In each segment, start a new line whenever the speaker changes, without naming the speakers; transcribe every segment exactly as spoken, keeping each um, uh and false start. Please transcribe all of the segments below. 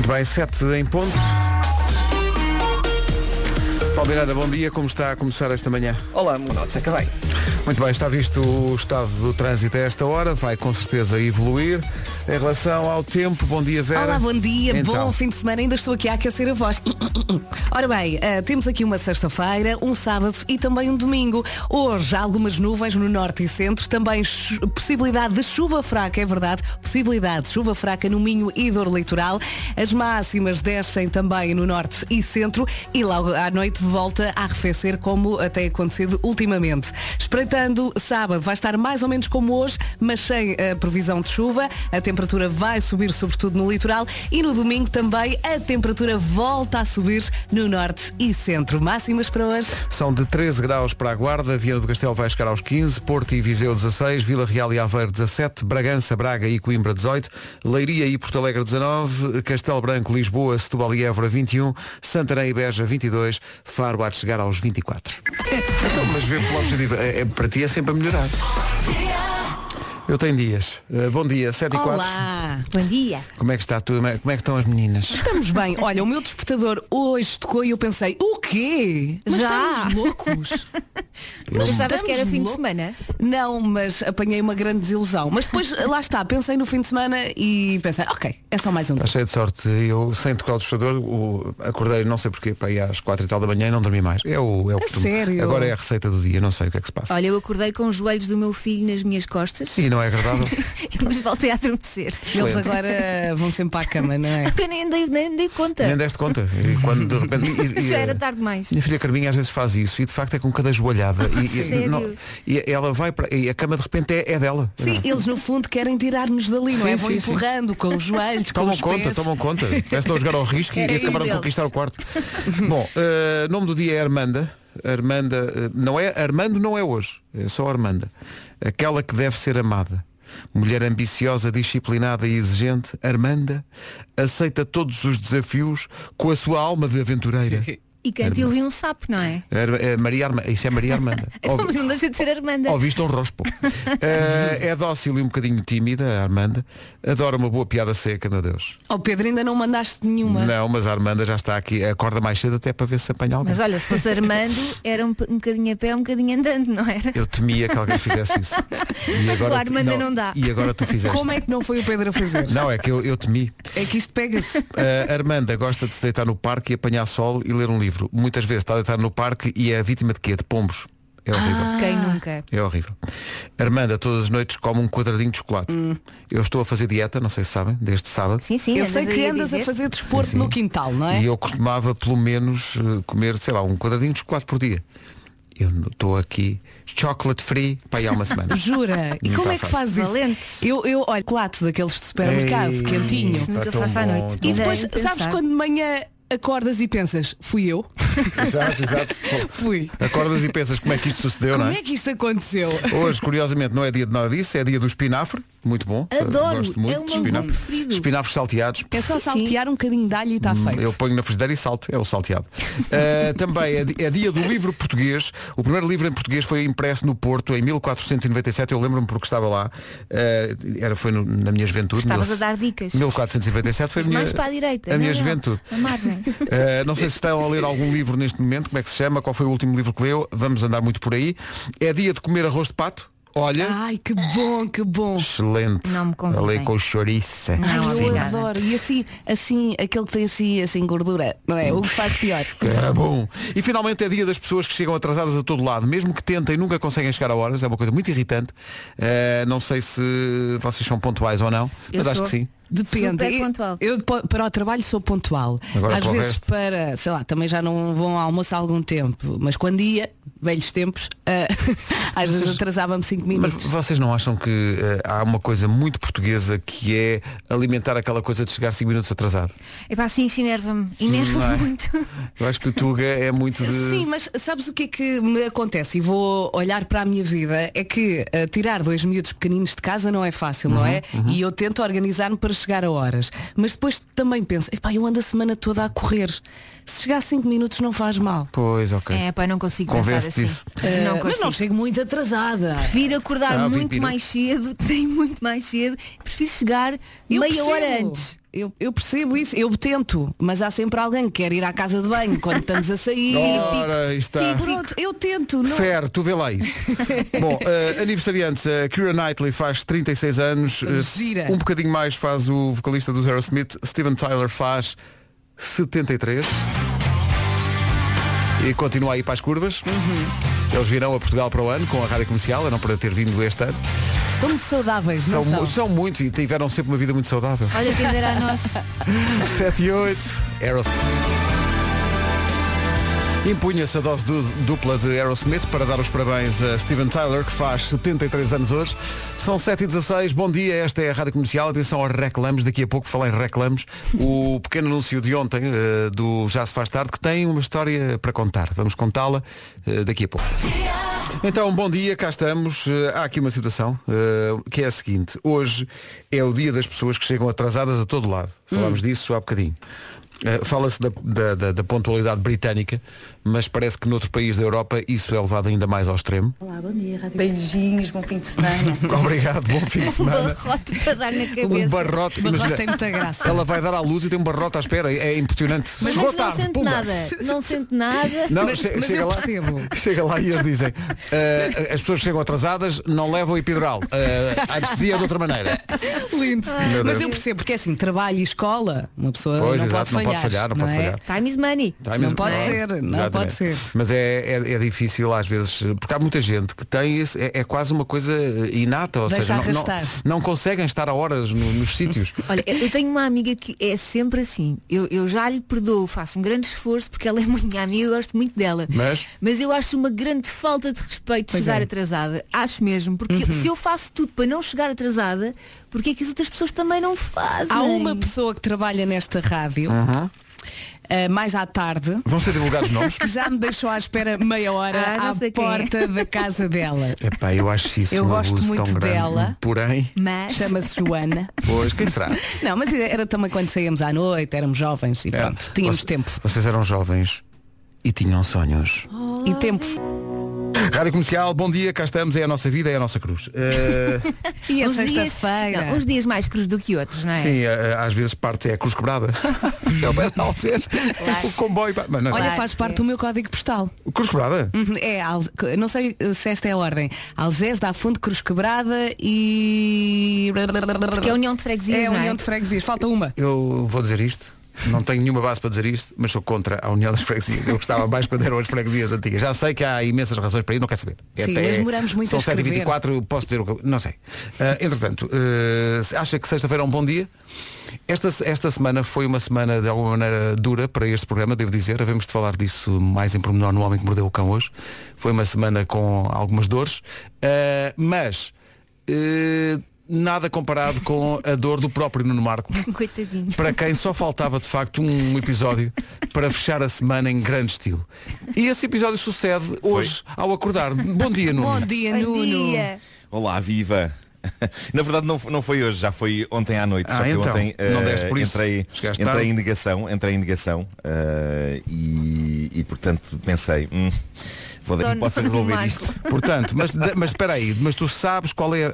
Muito bem, sete em ponto. Paulo Miranda, bom dia, como está a começar esta manhã?
Olá, Monotes, acabei.
Muito bem, está visto o estado do trânsito a esta hora, vai com certeza evoluir. Em relação ao tempo, bom dia, Vera.
Olá, bom dia,
então.
Bom fim de semana, ainda estou aqui a aquecer a voz. Ora bem, uh, temos aqui uma sexta-feira, um sábado e também um domingo. Hoje há algumas nuvens no norte e centro, também possibilidade de chuva fraca, é verdade, possibilidade de chuva fraca no Minho e Douro Litoral. As máximas descem também no norte e centro e logo à noite volta a arrefecer como tem acontecido ultimamente. Espreitando sábado vai estar mais ou menos como hoje, mas sem a previsão de chuva. A temperatura vai subir sobretudo no litoral e no domingo também a temperatura volta a subir no norte e centro. Máximas para hoje?
São de treze graus para a Guarda, Viana do Castelo vai chegar aos quinze, Porto e Viseu dezasseis, Vila Real e Aveiro dezassete, Bragança, Braga e Coimbra dezoito, Leiria e Porto Alegre dezanove, Castelo Branco, Lisboa, Setúbal e Évora vinte e um, Santarém e Beja vinte e dois, Faro há de chegar aos vinte e quatro. Então, mas ver pelo objetivo, é, é, para ti é sempre a melhorar. Eu tenho dias. Uh, bom dia, sete e quatro.
Olá,
bom dia.
Como é que está tudo? Como é que estão as meninas?
Estamos bem. Olha, o meu despertador hoje tocou e eu pensei, o quê? Mas
Já?
estamos loucos.
Mas pensavas que era fim
loucos.
de semana?
Não, mas apanhei uma grande desilusão. Mas depois, lá está, pensei no fim de semana e pensei, ok, é só mais um.
Está cheio de sorte. Eu, sem tocar o despertador, o, acordei, não sei porquê, para ir às quatro e tal da manhã e não dormi mais. É o, é o costume.
Sério?
Agora é a receita do dia, não sei o que é que se passa.
Olha, eu acordei com os joelhos do meu filho nas minhas costas.
E não é agradável?
Mas voltei a adormecer.
Eles agora vão sempre para a cama, não é?
Eu nem dei, nem dei conta.
Nem deste conta. E quando de repente. E, e,
Já era tarde demais.
Minha filha Carminha às vezes faz isso e de facto é com cada joelhada. E, e,
Sério?
não, e ela vai para. E a cama de repente é, é dela.
Sim, eles no fundo querem tirar-nos dali, não é?
Sim,
Vão
sim, sim.
empurrando com os joelhos, com
Tomam
os
conta,
pés.
tomam conta. Parece que estão a jogar ao risco e
É
acabaram de
deles.
conquistar o quarto. Bom, uh, nome do dia é Armanda. Armanda, uh, não é, Armando não é hoje, é só Armanda. Aquela que deve ser amada. Mulher ambiciosa, disciplinada e exigente, Armanda aceita todos os desafios com a sua alma de aventureira.
E canta, eu vi um sapo, não é?
É, é Maria Armanda. Isso é Maria Armanda.
Então, não deixa de ser Armanda.
Ouviste um rospo. uh, é dócil e um bocadinho tímida, a Armanda. Adora uma boa piada seca, meu Deus.
Oh Pedro, ainda não mandaste nenhuma.
Não, mas a Armanda já está aqui. Acorda mais cedo até para ver se apanha alguém.
Mas olha, se fosse Armando, era um, um bocadinho a pé, um bocadinho andando, não era?
Eu temia que alguém fizesse isso. E
Mas
agora,
com a Armanda não dá.
E agora tu fizeste.
Como é que não foi o Pedro a fazer?
Não, é que eu, eu temi.
É que isto pega-se.
A Armanda gosta de se deitar no parque e apanhar sol e ler um livro. Muitas vezes está a deitar no parque e é a vítima de quê? De pombos. É horrível.
Ah.
Quem nunca?
É horrível. Armanda todas as noites come um quadradinho de chocolate. Hum. Eu estou a fazer dieta, não sei se sabem, desde sábado.
Sim, sim.
Eu
andas
sei que
aí
andas a
dizer.
fazer desporto
Sim, sim.
no quintal, não é?
E eu costumava pelo menos uh, comer, sei lá, um quadradinho de chocolate por dia. Eu estou aqui chocolate free para ir há uma semana.
Jura? E
Não
como
está
é que
fácil.
fazes isso?
Valente.
Eu, eu olho, chocolate daqueles de supermercado,
Ei,
quentinho.
Isso nunca
está tão
faço à
bom,
noite.
tão
E
bom.
depois,
Ideia,
sabes
pensar.
quando de manhã acordas e pensas, fui eu?
Exato, exato.
Fui.
Acordas e pensas como é que isto sucedeu,
Como
não é?
é que isto aconteceu?
Hoje, curiosamente, não é dia de nada disso, é dia do espinafre. Muito bom.
Adoro,
Gosto muito
é o
de
meu
espinafre.
preferido.
Espinafres salteados.
É só
Sim,
saltear um bocadinho de alho e está feito.
Eu ponho na frigideira e salto, é o salteado. Uh, também é, di- é dia do livro português. O primeiro livro em português foi impresso no Porto em mil quatrocentos e noventa e sete. Eu lembro-me porque estava lá. Uh, era, foi no- na minha juventude.
Estavas
mil-
a dar dicas.
mil quatrocentos e noventa e sete foi a minha,
Mais para a direita.
a minha
não, não,
juventude.
A margem.
Uh, não sei se estão a ler algum livro neste momento, como é que se chama, qual foi o último livro que leu, vamos andar muito por aí. É dia de comer arroz de pato. Olha,
Ai, que bom, que bom.
excelente.
Não me convém.
Ali com chouriça.
Não,
Ai, eu
obrigada.
adoro. E assim, assim, aquele que tem assim, assim gordura, não é? O que faz pior.
É bom. E finalmente é dia das pessoas que chegam atrasadas a todo lado, mesmo que tentem, nunca conseguem chegar a horas, é uma coisa muito irritante. Uh, não sei se vocês são pontuais ou não,
Eu
mas acho
sou.
que sim.
Depende.
Super
Eu-
pontual.
Eu, po- para o trabalho sou pontual.
Agora
Às
para o
vezes
resto?
para, sei lá, também já não vão ao almoço há algum tempo. Mas quando ia, velhos tempos, ah, às vezes atrasava-me cinco
Mas
minutos.
vocês não acham que uh, há uma coisa muito portuguesa que é alimentar aquela coisa de chegar cinco minutos atrasado?
Epá, assim isso enerva-me. Enerva-me
Não é?
muito.
Eu acho que o Tuga é muito de...
Sim, mas sabes o que é que me acontece? E vou olhar para a minha vida. É que ah, tirar dois miúdos pequeninos de casa não é fácil, não é? E eu tento organizar-me para chegar a horas. Mas depois também penso, epá, eu ando a semana toda a correr. Se chegar a cinco minutos não faz mal.
Pois, ok.
É, pá, não consigo
Convence-te
pensar assim.
isso?
Ah,
Não
mas
consigo.
não chego muito atrasada.
Prefiro acordar
Ah, vinte
muito
minutos.
mais cedo, tenho muito mais cedo, prefiro chegar
Eu
meia
percebo.
hora antes.
Eu, eu percebo isso, eu tento, mas há sempre alguém que quer ir à casa de banho quando estamos a sair.
Ora, aí está.
Pronto, eu tento. Não...
Fer, tu vê lá isso. Bom, uh, aniversariantes, a Keira Knightley faz trinta e seis anos. Uh,
Gira.
Um bocadinho mais faz o vocalista dos Aerosmith. Steven Tyler faz setenta e três. E continua aí para as curvas. Uhum. Eles virão a Portugal para o ano com a rádio comercial, não para ter vindo este ano.
São muito saudáveis,
são,
não são?
São muito e tiveram sempre uma vida muito saudável.
Olha quem dera a nós.
sete e oito. Aerosmith. Impunha-se a dose du- dupla de Aerosmith para dar os parabéns a Steven Tyler, que faz setenta e três anos hoje. São sete e dezasseis. Bom dia, esta é a Rádio Comercial. Atenção aos reclames. Daqui a pouco falar em reclames. O pequeno anúncio de ontem uh, do Já se faz tarde, que tem uma história para contar. Vamos contá-la uh, daqui a pouco. Então, bom dia, cá estamos. Uh, há aqui uma situação uh, que é a seguinte. Hoje é o dia das pessoas que chegam atrasadas a todo lado. Falámos hum. disso há bocadinho. Uh, Fala-se da, da, da, da pontualidade britânica, mas parece que noutro país da Europa isso é levado ainda mais ao extremo.
Olá, bom dia, Rádio. Beijinhos, bom fim de semana.
Obrigado, bom fim de
Um
semana.
barrote para dar na cabeça.
Um barrote,
O barrote
imagina,
tem muita graça.
ela vai dar à luz e tem um barrote à espera, é impressionante.
Mas
Chegou
antes não
tarde,
sente
pumba.
nada. Não sente nada.
Não,
Mas-
che-
mas
chega,
eu
lá,
percebo.
chega lá e eles dizem uh, as pessoas que chegam atrasadas não levam epidural, uh, anestesia de outra maneira.
Lindo.
Meu
Mas
Deus.
eu percebo, porque é assim, trabalho e escola, uma pessoa
Pois,
não,
exato,
pode
não
falhar,
pode falhar, não pode
é?
falhar.
Time is money.
Time
Não
is-
pode
é,
ser, não
exatamente.
pode ser.
Mas é, é, é difícil às vezes, porque há muita gente que tem esse, é, é quase uma coisa inata, ou
Deixa
seja, não, não,
arrastar.
não conseguem estar a horas no- nos sítios.
Olha, eu tenho uma amiga que é sempre assim. Eu, eu já lhe perdoo, faço um grande esforço porque ela é muito minha amiga, eu gosto muito dela.
Mas?
Mas eu acho uma grande falta de respeito
Pois
chegar
é.
atrasada. Acho mesmo. Porque
Uhum.
se eu faço tudo para não chegar atrasada, porque é que as outras pessoas também não fazem?
Há uma pessoa que trabalha nesta rádio,
Uhum.
eh, mais à tarde,
Vão ser divulgados nomes?
que já me deixou à espera meia hora
Ah, não
à
sei quem é.
porta da casa dela.
Epá, eu acho isso
Eu
um
gosto
abuso
muito
tão grande.
dela.
Porém,
Mas
Chama-se Joana.
pois, quem será?
Não, mas era também quando saíamos à noite, éramos jovens e pronto, tínhamos
Voce-
tempo.
Vocês eram jovens e tinham sonhos.
E tempo.
Rádio Comercial, bom dia, cá estamos, é a nossa vida, é a nossa cruz. Eh,
E a
uns dias,
sexta-feira.
não, uns dias mais cruz do que outros, não é?
sim, eh, às vezes parte é a cruz quebrada. É o pé de Algés,
Claro.
o comboio. pá, Mas não,
Olha,
Claro,
faz parte
sim.
do meu código postal.
cruz quebrada?
Uhum, É, Al- não sei se esta é a ordem. Algés, da Fonte, Cruz Quebrada e...
Que é a União de Freguesias,
É a
não é?
União de Freguesias. Falta uma.
Eu vou dizer isto. Não tenho nenhuma base para dizer isto, mas sou contra a União das Freguesias. Eu gostava mais quando eram as freguesias antigas. Já sei que há imensas razões para ir, não quero saber.
Sim, mas demoramos muito
são
a escrever.
sete e vinte e quatro, posso dizer o que eu... Não sei. Ah, entretanto, ah, acha que sexta-feira é um bom dia? Esta, esta semana foi uma semana de alguma maneira dura para este programa, devo dizer. Havemos de falar disso mais em pormenor no Homem que Mordeu o Cão hoje. Foi uma semana com algumas dores. Ah, mas... ah, nada comparado com a dor do próprio Nuno Marco,
Coitadinho.
para quem só faltava de facto um episódio para fechar a semana em grande estilo. E esse episódio sucede hoje ao acordar. Bom dia, Nuno.
Bom dia,
Bom
Nuno.
dia.
Olá, viva! Na verdade não, não foi hoje, já foi ontem à noite.
Ah,
só que eu
então,
ontem
não
eh,
deste por isso.
entrei,
Chegaste
entrei
tarde.
em negação, entrei em negação eh, e, e portanto pensei, hum, vou
Dono-
posso
Dono
resolver
Marco.
isto.
Portanto, mas, mas espera aí, mas tu sabes qual é, uh,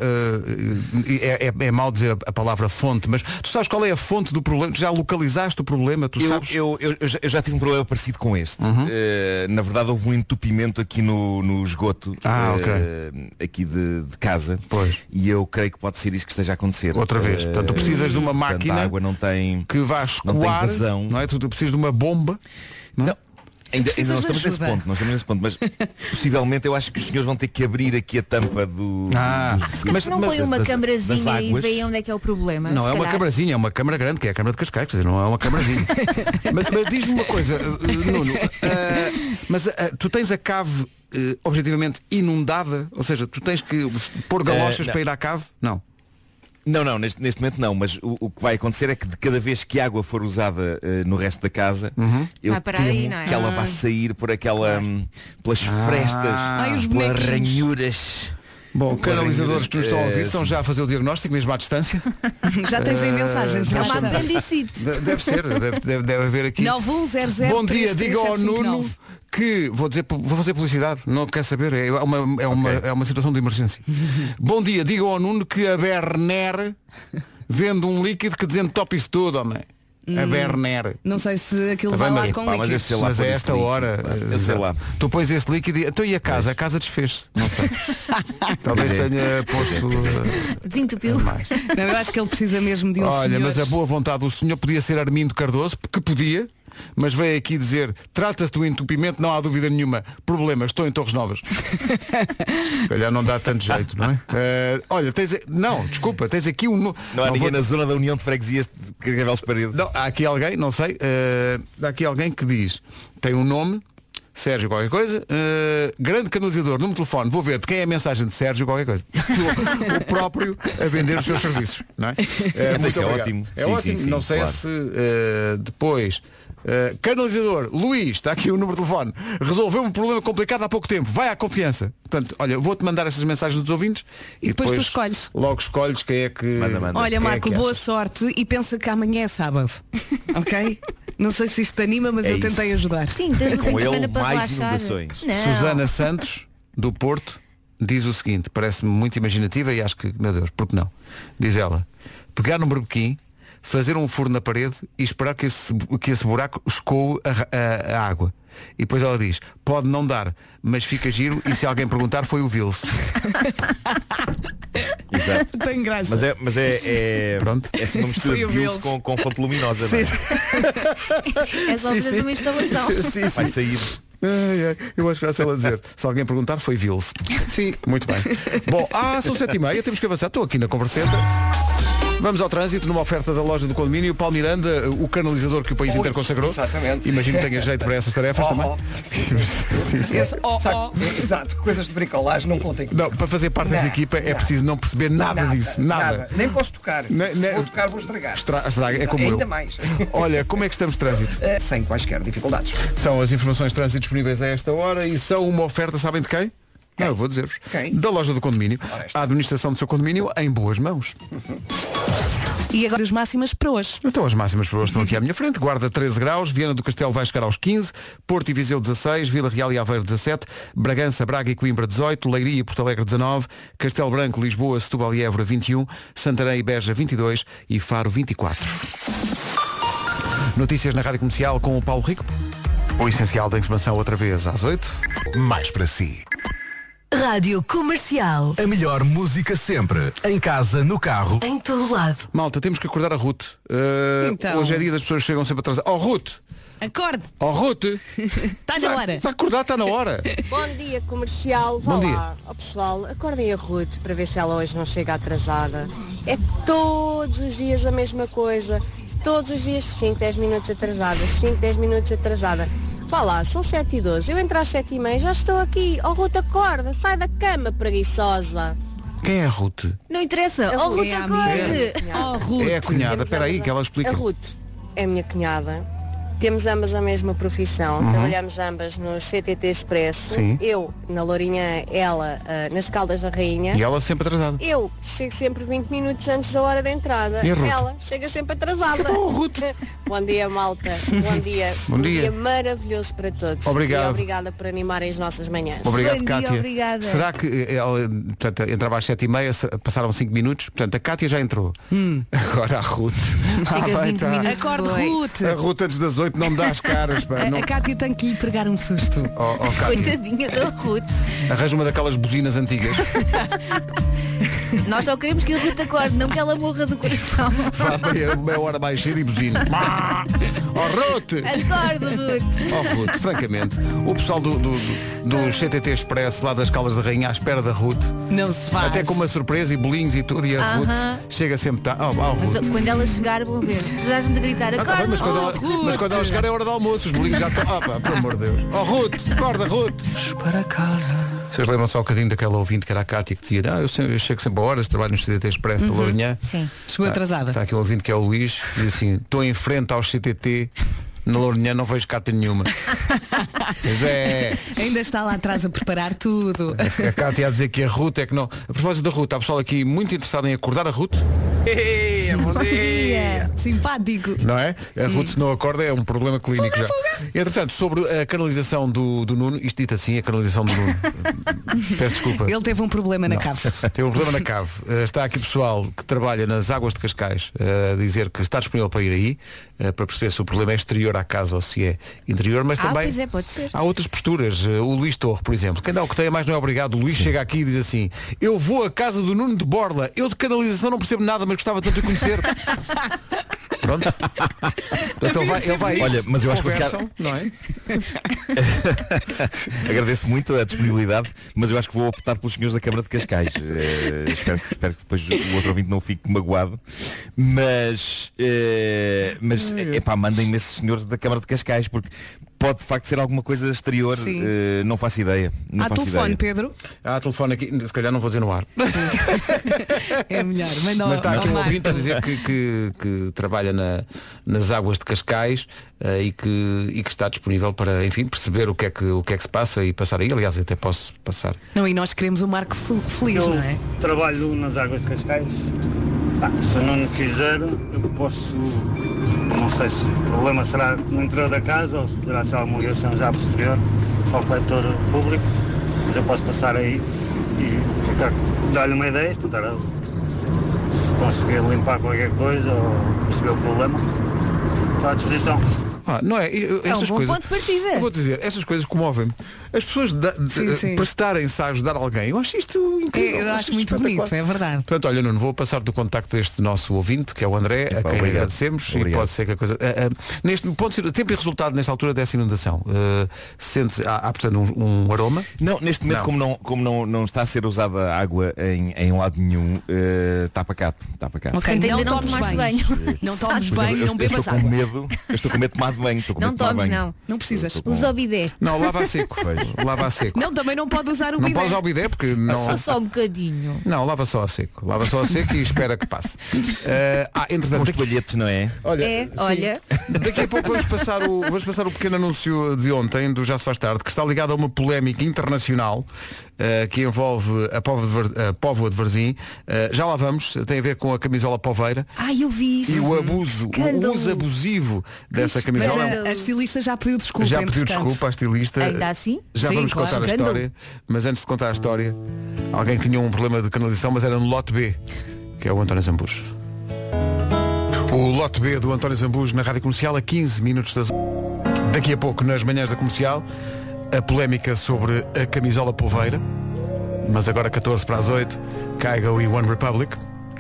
é, é, é mau dizer a palavra fonte, mas tu sabes qual é a fonte do problema? Tu já localizaste o problema? Tu
Eu,
sabes? Uhum.
eu, eu, eu já, eu já tive um problema parecido com este. Eh, na verdade houve um entupimento aqui no, no esgoto
Ah,
eh, aqui de, de casa.
Pois.
E eu creio que pode ser isso que esteja a acontecer.
Outra vez.
Eh,
Portanto, tu precisas de uma
portanto,
máquina
a água não tem.
que vá
não tem
escoar,
vazão.
não é? Tu, tu precisas de uma bomba. Não?
Não. Ainda,
precisas
ainda não
de
estamos nesse
ajuda.
ponto, não estamos nesse ponto, mas possivelmente eu acho que os senhores vão ter que abrir aqui a tampa do.
Ah,
dos-
Se calhar
Mas-
não
mas-
põe uma
das- das
câmarazinha e
águas.
veem onde é que é o problema.
Não
se
é uma
calhar.
câmarazinha, é uma câmara grande, que é a câmara de Cascais, quer dizer, não é uma câmarazinha. mas mas diz-me uma coisa, uh, Nuno, uh, mas uh, tu tens a cave uh, objetivamente inundada? Ou seja, tu tens que pôr galochas
Uh, não.
para ir à cave? Não.
Não, não, neste, neste momento não, mas o, o que vai acontecer é que de cada vez que a água for usada eh, no resto da casa, eu
Vai para
temo
aí, não é?
que ela vá sair por aquela, hum, pelas frestas,
Ai, os
pelas
bonequinhos.
ranhuras.
Bom,
Pelas
canalizadores que nos estão a ouvir
eh,
estão
sim.
já a fazer o diagnóstico, mesmo à distância.
Já tens aí mensagens.
É
no
uma
WhatsApp.
apendicite.
De- Deve ser, deve, deve, deve haver aqui.
nove um zero zero
Bom dia,
três três
diga ao
sete cinco
Nuno
nove.
que vou dizer, vou fazer publicidade, não quer saber, é uma, é uma,
Ok.
é uma situação de emergência. Bom dia, diga ao Nuno que a Berner vende um líquido que desentope isso tudo, homem.
Hum.
A Berner.
Não sei se aquilo
Tá
vai
bem,
lá
mas-
com
pá, mas eu
líquido.
sei lá
Mas
por
a
esse
esta
líquido.
hora,
Eu sei lá.
tu pões esse líquido e então e a casa? A casa desfez. Não sei. Talvez
Pois é.
tenha posto uh,
Desentupiu.
mais.
Não, eu acho que ele precisa mesmo de um
Olha,
senhor.
mas a boa vontade do senhor podia ser Armindo Cardoso, porque podia, mas veio aqui dizer, trata-se de um entupimento, não há dúvida nenhuma. Problema, estou em Torres Novas. Se calhar não dá tanto jeito, não é? Uh, olha, tens. Não, desculpa, tens aqui um. no-
Não há ninguém
vou-
na zona da União de Freguesias de Carcavelos Paredes.
Não, há aqui alguém, não sei, uh, há aqui alguém que diz, tem um nome, Sérgio qualquer coisa, uh, grande canalizador, número de telefone, vou ver de quem é a mensagem de Sérgio qualquer coisa. O, o próprio a vender os seus serviços, não é? Uh, muito
Isso é
obrigado.
ótimo.
É
Sim,
ótimo,
sim, sim,
não sei
claro.
se uh, depois. Uh, canalizador, Luís, está aqui o número de telefone, resolveu um problema complicado há pouco tempo, vai à confiança. Portanto, olha, vou-te mandar essas mensagens dos ouvintes e,
depois tu escolhes.
Logo escolhes quem é que.
Manda, manda.
Olha,
quem é
Marco,
que
boa
achas.
sorte e pensa que amanhã é sábado. Ok? Não sei se isto te anima, mas
É
eu
isso.
tentei ajudar.
Sim, tens um
Com
fim de
ele,
semana para
mais
relaxar.
inundações.
Não.
Susana Santos, do Porto, diz o seguinte, parece-me muito imaginativa e acho que, meu Deus, por que não? Diz ela, pegar num berbequim, fazer um furo na parede e esperar que esse, que esse buraco escoe a, a- a água. E depois ela diz, pode não dar, mas fica giro e se alguém perguntar foi o Vils.
Exato.
Tem graça.
Mas é, mas é, é,
Pronto.
é assim uma mistura de
Foi o
views
Vils.
com, com fonte luminosa. não é?
É só fazer uma instalação.
Sim,
Vai
sim.
sair.
Ai, ai, eu acho graça ela dizer, se alguém perguntar foi Vils.
Sim.
Muito bem. Bom, ah, são sete e meia, temos que avançar. Estou aqui na converseta. Vamos ao trânsito numa oferta da loja do condomínio. Paulo Miranda, o canalizador que o país inteiro consagrou.
Exatamente.
Imagino que tenha jeito para essas tarefas
Oh,
também.
oh.
Sim, sim.
Esse, oh,
Sabe,
oh.
é, exato, coisas de bricolagem não contem comigo.
Não, para fazer parte desta
Não,
equipa é
não.
preciso não perceber nada, disso. Nada.
Nem posso tocar.
Ne-
Se
ne-
vou tocar, vou estragar.
Estra- estraga, é como
Ainda
eu.
mais.
Olha, como é que estamos de trânsito?
Eh, Sem quaisquer dificuldades.
São as informações de trânsito disponíveis a esta hora e são uma oferta, sabem de quem? Não, eu vou dizer-vos.
Quem?
Da loja do condomínio.
Ora, está.
A administração do seu condomínio em boas mãos.
E agora as máximas para hoje.
Então as máximas para hoje estão aqui à minha frente. Guarda treze graus, Viana do Castelo vai chegar aos quinze, Porto e Viseu dezasseis, Vila Real e Aveiro dezassete, Bragança, Braga e Coimbra dezoito, Leiria e Porto Alegre dezanove, Castelo Branco, Lisboa, Setúbal e Évora vinte e um, Santarém e Beja vinte e dois e Faro vinte e quatro. Notícias na Rádio Comercial com o Paulo Rico. O essencial da informação outra vez às oito.
Mais para si.
Rádio Comercial.
A melhor música sempre. Em casa, no carro.
Em todo lado.
Malta, temos que acordar a Ruth. Uh,
Então.
Hoje é dia das pessoas que chegam sempre atrasadas. Oh Ruth!
Acorde.
Oh Ruth!
Está na hora.
Está acordado, está na hora.
Bom dia, comercial. Vá
Bom
lá. Ó, pessoal, acordem a Ruth para ver se ela hoje não chega atrasada. É todos os dias a mesma coisa. Todos os dias cinco, dez minutos atrasada. cinco, dez minutos atrasada. Vá lá, são sete e doze. Eu entro às sete e meia, já estou aqui. Oh, Ruth, acorda. Sai da cama, preguiçosa.
Quem é a Ruth?
Não interessa.
A
Oh,
Ruth
Ruth,
é a
acorde.
Oh, Ruth.
É a cunhada.
Temos
Espera aí
ambas
que ela
a-
explica.
A Ruth é a minha cunhada. Temos ambas a mesma profissão.
Uhum.
Trabalhamos ambas no C T T Expresso.
Sim.
Eu na Lourinhã, ela ah, nas Caldas da Rainha.
E ela sempre atrasada.
Eu chego sempre vinte minutos antes da hora de entrada.
E a Ruth?
Ela chega sempre atrasada.
Oh, Ruth.
Bom dia, malta. Bom dia.
Bom
um
dia.
dia maravilhoso para todos.
Obrigado.
E obrigada por animarem as nossas manhãs.
Obrigado,
Bom dia,
Cátia.
obrigada.
Será que ela portanto, entrava às sete e meia, se- passaram cinco minutos? Portanto, a Cátia já entrou. Agora a Ruth.
Chega
Ah, bem,
vinte
tá.
minutos
Acorde,
depois.
Ruth.
A Ruth antes das oito não me dá as caras. Pá.
A,
Não...
a Cátia tem que lhe pregar um susto.
Oh, oh, Cátia,
Coitadinha da Ruth.
arranja uma daquelas buzinas antigas.
Nós só queremos que a Ruth acorde, não que ela morra do coração.
Vá meia, meia hora mais cedo e buzina. Oh, Ruth!
Acorde, Ruth.
Oh, Ruth, francamente, o pessoal do, do, do, do C T T Expresso lá das Caldas da Rainha à espera da Ruth,
Não se faz.
até com uma surpresa e bolinhos e tudo, e a
Aham.
Ruth chega sempre tá. Oh, oh,
Mas
Ruth.
quando ela chegar, vão ver. Toda a gente a gritar,
Ah, tá bem,
acorda,
mas, quando ela,
Ruth.
mas quando ela chegar é hora do almoço, os bolinhos já estão. Ah, pá, pelo amor de Deus. Oh, Ruth, acorda, Ruth. Para casa. Vocês lembram só um bocadinho daquela ouvinte que era a Cátia que dizia, ah, eu, sempre, eu chego sempre a horas, trabalho no C T T Expresso da Lourinhã.
Sim.
Chegou atrasada.
Está aqui um ouvinte que é o Luís, que diz assim, estou em frente ao C T T, na Lourinhã não vejo Cátia nenhuma. Pois é.
Ainda está lá atrás a preparar tudo.
A Cátia a dizer que a Ruth é que não. A propósito da Ruth, há pessoal aqui muito interessado em acordar a Ruth,
Bom dia.
Simpático.
não é? A Ruth se não acorda é um problema clínico já. Entretanto, sobre a canalização do, do Nuno, isto dito assim, a canalização do Nuno. Peço desculpa.
Ele teve um problema na
Não.
cave.
Teve um problema na cave. Uh, está aqui pessoal que trabalha nas águas de Cascais uh, a dizer que está disponível para ir aí, uh, para perceber se o problema é exterior à casa ou se é interior, mas
Ah,
também
pois é, pode ser.
há outras posturas. Uh, o Luís Torre, por exemplo, quem dá o que tem é mais não é obrigado. O Luís Sim. chega aqui e diz assim: eu vou à casa do Nuno de Borla, eu de canalização não percebo nada, mas gostava tanto de conhecer. Pronto. Portanto, ele vai, ele vai
Olha, mas eu acho que
conversam, não é?
Agradeço muito a disponibilidade, mas eu acho que vou optar pelos senhores da Câmara de Cascais. Uh, espero, que, espero que depois o outro ouvinte não fique magoado. Mas, uh, mas epá, mandem-me esses senhores da Câmara de Cascais, porque pode de facto ser alguma coisa exterior, uh, não faço ideia. Não
Há
faço
telefone,
ideia.
Pedro?
Há telefone aqui, se calhar não vou dizer no ar.
É melhor, mas não.
Mas está aqui
não
um
vai.
ouvinte a dizer que, que, que trabalha na, nas águas de Cascais uh, e, que, e que está disponível para, enfim, perceber o que, é que, o que é que se passa e passar aí. Aliás, até posso passar.
Não, e nós queremos o Marco fel- feliz,
Eu
não é?
trabalho nas águas de Cascais. Pá, se o Nuno quiser, eu posso. Não sei se o problema será no interior da casa ou se poderá ser alguma ligação já posterior ao coletor público. Mas eu posso passar aí e ficar, dar-lhe uma ideia, tentar se conseguir limpar qualquer coisa ou perceber o problema. Estou à disposição.
Ah, não é? Eu,
É um
estas
bom
coisas,
ponto de partida.
eu vou dizer, estas coisas comovem-me. As pessoas da, de,
Sim, sim.
prestarem-se a ajudar alguém, eu acho isto incrível.
É, eu acho
isto
muito
espetacular.
bonito, é verdade.
Portanto, olha, Nuno, vou passar do contacto deste nosso ouvinte, que é o André,
Epá,
a quem
obrigado.
agradecemos.
Obrigado.
E pode ser que a coisa. ah, ah, neste ponto, de- tempo e resultado nesta altura dessa inundação. Uh, sente, há, há, portanto, um, um aroma.
Não, neste momento,
Não.
como, não, como não, não está a ser usada água em, em lado nenhum, uh, está pacato. Está pacato.
Ok,
Portanto, ainda não
tomes
tomaste
banho.
banho.
Não tomes
Por exemplo,
banho,
eu,
não
eu
bebas
estou com
água.
medo, eu estou com medo de tomar banho. Estou com
Não
medo de tomar
tomes,
banho.
não.
Não precisas.
Estou com-
Usa o bidé.
Não, lava a seco. Lava a seco.
Não, também não pode usar o
Não
bidé.
pode usar o bidé porque não.
Só só um bocadinho.
Não, lava só a seco. Lava só a seco e espera que passe. Uh, ah,
Com
entretanto,
os
daqui,
toalhetes, não é?
olha,
É,
sim.
olha.
Daqui a pouco vamos passar, o, vamos passar o pequeno anúncio de ontem, do Já se faz tarde, que está ligado a uma polémica internacional uh, que envolve a Póvoa de, Var, a Póvoa de Varzim. Uh, já lá vamos, tem a ver com a camisola poveira
Ai, eu vi isso.
e o abuso, o
Escândalo.
uso abusivo dessa
Que
Mas
camisola.
escândalo.
a, a estilista já pediu desculpa.
Já pediu
entretanto.
desculpa à estilista.
Ainda assim?
Já
Sim,
vamos
claro.
contar a
Escândalo.
história. Mas antes de contar a história, alguém que tinha um problema de canalização, mas era no lote B, que é o António Zambujo. O lote B do António Zambujo na Rádio Comercial a quinze minutos das... Daqui a pouco, nas manhãs da Comercial, a polémica sobre a camisola polveira. Mas agora catorze para as oito, Kygo e One Republic.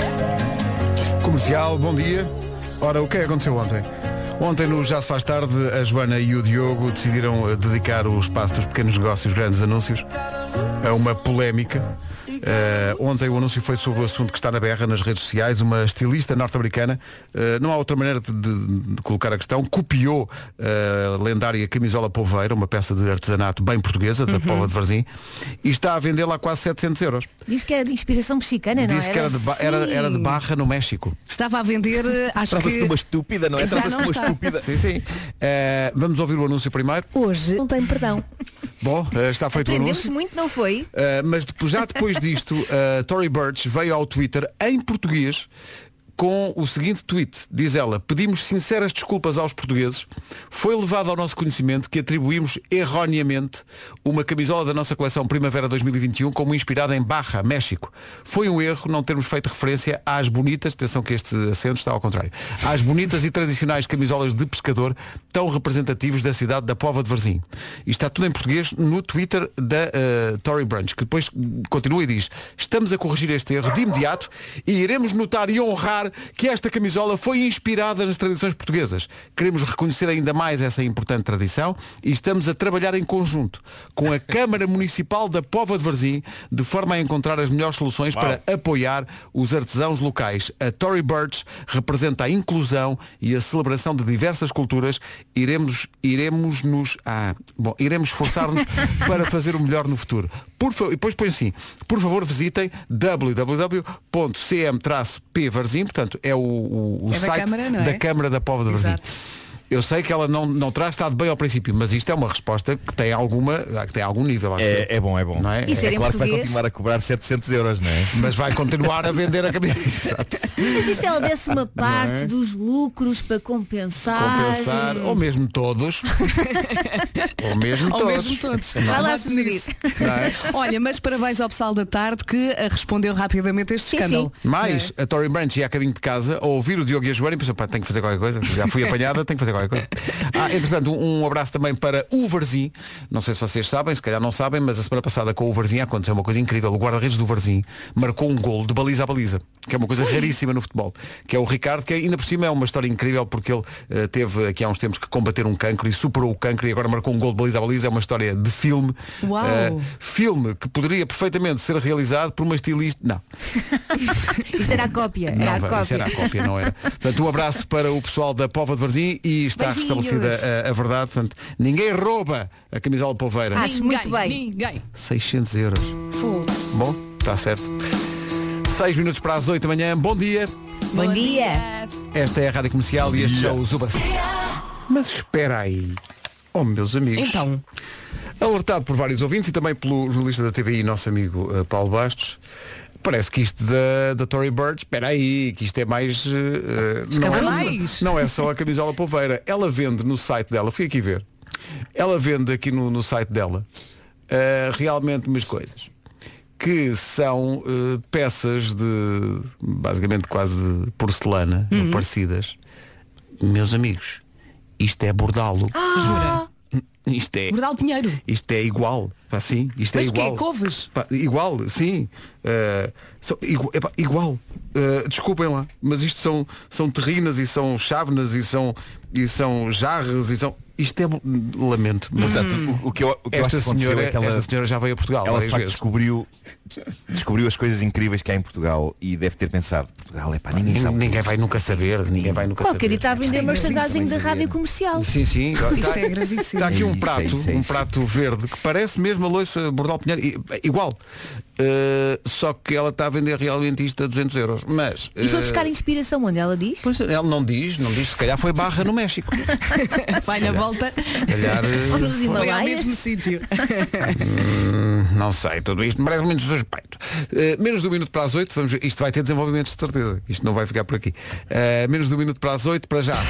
Comercial, bom dia. Ora, o que é que aconteceu ontem? Ontem no Já se faz tarde, a Joana e o Diogo decidiram eh, dedicar o espaço dos pequenos negócios, grandes anúncios, a uma polémica. Uh, ontem o anúncio foi sobre o assunto que está na berra nas redes sociais. Uma estilista norte-americana, uh, não há outra maneira de, de- de colocar a questão, copiou a lendária camisola polveira, uma peça de artesanato bem portuguesa, da Póvoa de Varzim, e está a vendê-la a quase setecentos euros.
Disse que era de inspiração mexicana, não
Disse
era?
que era de, ba- era, era de Barra, no México.
Estava a vender, eh, acho
Trata-se
que...
de uma estúpida, não é?
Já
Trata-se
não
de uma
está.
estúpida.
Sim, sim. Uh, vamos ouvir o anúncio primeiro.
Hoje não tem perdão.
Bom, uh, está feito o
Aprendemos
anúncio.
muito, não foi?
Uh, mas depois- já depois disto, uh, Tory Burch veio ao Twitter em português com o seguinte tweet. Diz ela: pedimos sinceras desculpas aos portugueses. Foi levado ao nosso conhecimento que atribuímos erroneamente uma camisola da nossa coleção Primavera dois mil e vinte e um como inspirada em Barra, México. Foi um erro não termos feito referência às bonitas, atenção que este acento está ao contrário, às bonitas e tradicionais camisolas de pescador tão representativos da cidade da Póvoa de Varzim. E está tudo em português no Twitter da uh, Tory Burch, que depois continua e diz: estamos a corrigir este erro de imediato e iremos notar e honrar que esta camisola foi inspirada nas tradições portuguesas. Queremos reconhecer ainda mais essa importante tradição e estamos a trabalhar em conjunto com a Câmara Municipal da Póvoa de Varzim de forma a encontrar as melhores soluções
Uau.
para apoiar os artesãos locais. A Tory Burch representa a inclusão e a celebração de diversas culturas. Iremos, iremos nos, ah, bom, iremos esforçar-nos para fazer o melhor no futuro. Por fa- e depois põe assim: por favor visitem w w w ponto c m traço p varzim, portanto é o, o, o
É da
site
Câmara, não é?
da Câmara da Póvoa de Varzim.
Exato.
Eu sei que ela não, não terá estado bem ao princípio, mas isto é uma resposta que tem alguma, que tem algum nível. Acho
É,
que-
é bom, é bom.
Não é?
E ser
É
em
claro que vai
português?
continuar a cobrar setecentos euros, não é?
Mas vai continuar a vender a camisa. Exato.
Mas e se ela desse uma parte
é?
dos lucros para compensar?
Compensar, ou mesmo todos. ou mesmo
Ou
todos.
mesmo todos.
Vai lá
Vá
assumir.
Não é?
Olha, mas parabéns ao pessoal da tarde que eh, respondeu rapidamente a este
Sim,
escândalo.
Mais, a Tory Branch ia a caminho de casa a ouvir o Diogo e a Joana e pensou, pá, tenho que fazer qualquer coisa. Já fui apanhada, tenho que fazer qualquer coisa. Ah, entretanto, um, um abraço também para o Varzim. Não sei se vocês sabem, se calhar não sabem, mas a semana passada com o Varzim aconteceu uma coisa incrível. O guarda-redes do Varzim marcou um golo de baliza a baliza, que é uma coisa raríssima no futebol. Que é o Ricardo, que ainda por cima é uma história incrível porque ele eh, teve aqui há uns tempos que combater um cancro e superou o cancro e agora marcou um golo de baliza a baliza. É uma história de filme.
Uau.
Eh, filme que poderia perfeitamente ser realizado por uma estilista. Não.
Isso era a cópia. Era
Não,
a
vai,
cópia.
isso era a cópia, não era. Portanto, um abraço para o pessoal da Póvoa de Varzim e está
Beijinhos.
restabelecida a, a verdade. Portanto, ninguém rouba a camisola Poveira.
Acho muito bem.
Ninguém.
seiscentos euros.
Fogo.
Bom, está certo. seis minutos para as oito da manhã. Bom dia.
Bom dia.
Esta é a Rádio Comercial e este é o Zuba. Mas espera aí. Oh, meus amigos.
Então,
Alertado por vários ouvintes e também pelo jornalista da T V I, nosso amigo uh, Paulo Bastos, parece que isto da, da Tory Bird, espera aí, que isto é mais, uh, não, é,
mais.
não é só a camisola Poveira. Ela vende no site dela, fui aqui ver, ela vende aqui no, no site dela uh, realmente umas coisas que são uh, peças de, basicamente quase de porcelana,
Uhum.
parecidas. Meus amigos, isto é bordalo.
jura.
Isto é,
Bordal Pinheiro.
isto é igual, pá, sim, isto
Mas
é
o quê?
igual.
Couves?
Pá, igual, sim. Uh, são, igu- epá, igual. Uh, desculpem lá, mas isto são, são terrinas e são chávenas e são, e são jarras e são. Isto é lamento. Mas
Portanto, o, o que eu, o que eu acho
esta,
que aconteceu
senhora,
é que ela,
esta senhora já veio a Portugal
ela de
várias
facto
vezes.
descobriu, descobriu as coisas incríveis que há em Portugal e deve ter pensado, Portugal é pá, ninguém
Ninguém,
sabe.
ninguém vai nunca saber, ninguém vai nunca
Qualquer dia
saber.
está a vender
é
merchandising da
gravíssimo,
rádio comercial.
Sim, sim.
Isto é gravíssimo.
Está aqui
É
um
isso,
prato,
é isso, é
um
isso.
prato verde que parece mesmo a loiça Bordal Pinheiro, i- igual. Uh, só que ela está a vender realmente isto a duzentos euros. Mas
E foi
uh,
buscar inspiração onde ela diz?
pois, ela não diz, não diz, se calhar foi Barra no México.
Vai na volta.
Se calhar, uh,
Ou nos
Foi ao
Himalaias?
mesmo sítio.
hum, não sei, tudo isto me parece muito suspeito. Uh, menos de um minuto para as oito, vamos ver. Isto vai ter desenvolvimentos de certeza. Isto não vai ficar por aqui. Uh, menos de um minuto para as oito, para já.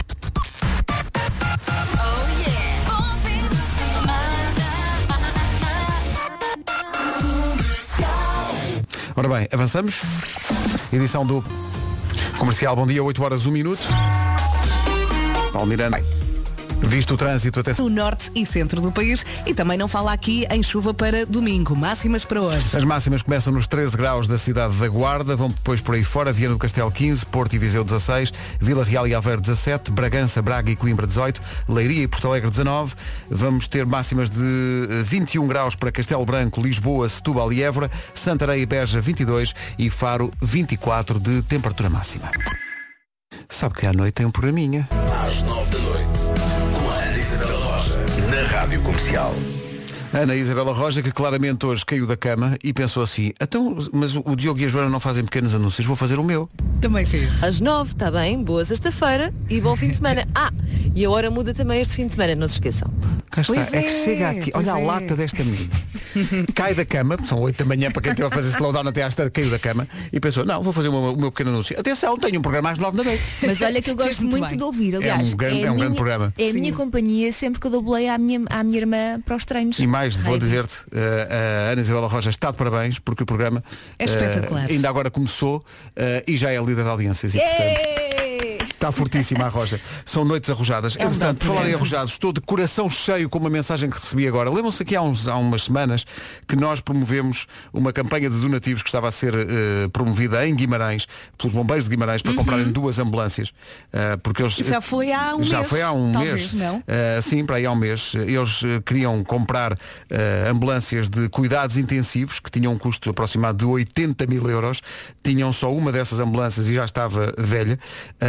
Ora bem, avançamos. Edição do Comercial, bom dia, oito horas, um minuto. Paulo Miranda. Visto o trânsito até...
No norte e centro do país e também não fala aqui em chuva para domingo. Máximas para hoje.
As máximas começam nos treze graus da cidade da Guarda, vão depois por aí fora, Viana do Castelo quinze, Porto e Viseu dezasseis, Vila Real e Aveiro dezassete, Bragança, Braga e Coimbra dezoito, Leiria e Porto Alegre dezanove, vamos ter máximas de eh, vinte e um graus para Castelo Branco, Lisboa, Setúbal e Évora, Santarém e Beja vinte e dois e Faro vinte e quatro de temperatura máxima. Sabe que à noite tem um programinha.
Às nove da noite, com a Ana Isabel Roja, na Rádio Comercial.
Ana Isabela Roja, que claramente hoje caiu da cama e pensou assim, então, mas o Diogo e a Joana não fazem pequenos anúncios, vou fazer o meu.
Também fez.
Às nove, está bem, boa sexta-feira e bom fim de semana. Ah, e a hora muda também este fim de semana, não se esqueçam.
Cá está,
Pois
é, que
é,
chega aqui,
pois
olha a
é.
lata desta menina. Cai da cama, são oito da manhã para quem esteve a fazer slowdown até às tarde, caiu da cama e pensou, não, vou fazer o meu, o meu pequeno anúncio. Atenção, tenho um programa às nove da noite.
Mas olha que eu gosto
Fez muito
muito
bem.
de ouvir, aliás.
É um grande-
a
é um grande
minha-
programa.
É a minha companhia sempre que eu dou boleia à minha, à minha irmã para os treinos.
E mais, vou
Rave.
dizer-te, eh, a Ana Isabela Roja está de parabéns porque o programa
É espetacular.
eh, ainda agora começou eh, e já é líder de audiências. E, portanto,
Êêêê!
está fortíssima a Roja. São noites arrojadas.
É um
Entretanto, por
bom
falar em
programa.
arrojados, estou de coração cheio com uma mensagem que recebi agora. Lembram-se aqui há, uns, há umas semanas que nós promovemos uma campanha de donativos que estava a ser eh, promovida em Guimarães, pelos bombeiros de Guimarães, para comprarem duas ambulâncias. eh, porque eles,
Isso já foi há um
já
mês.
foi há um
Talvez,
mês.
não?
Eh, sim, para aí há um mês. Eles eh, queriam comprar eh, ambulâncias de cuidados intensivos, que tinham um custo aproximado de oitenta mil euros. Tinham só uma dessas ambulâncias e já estava velha. Eh, nós,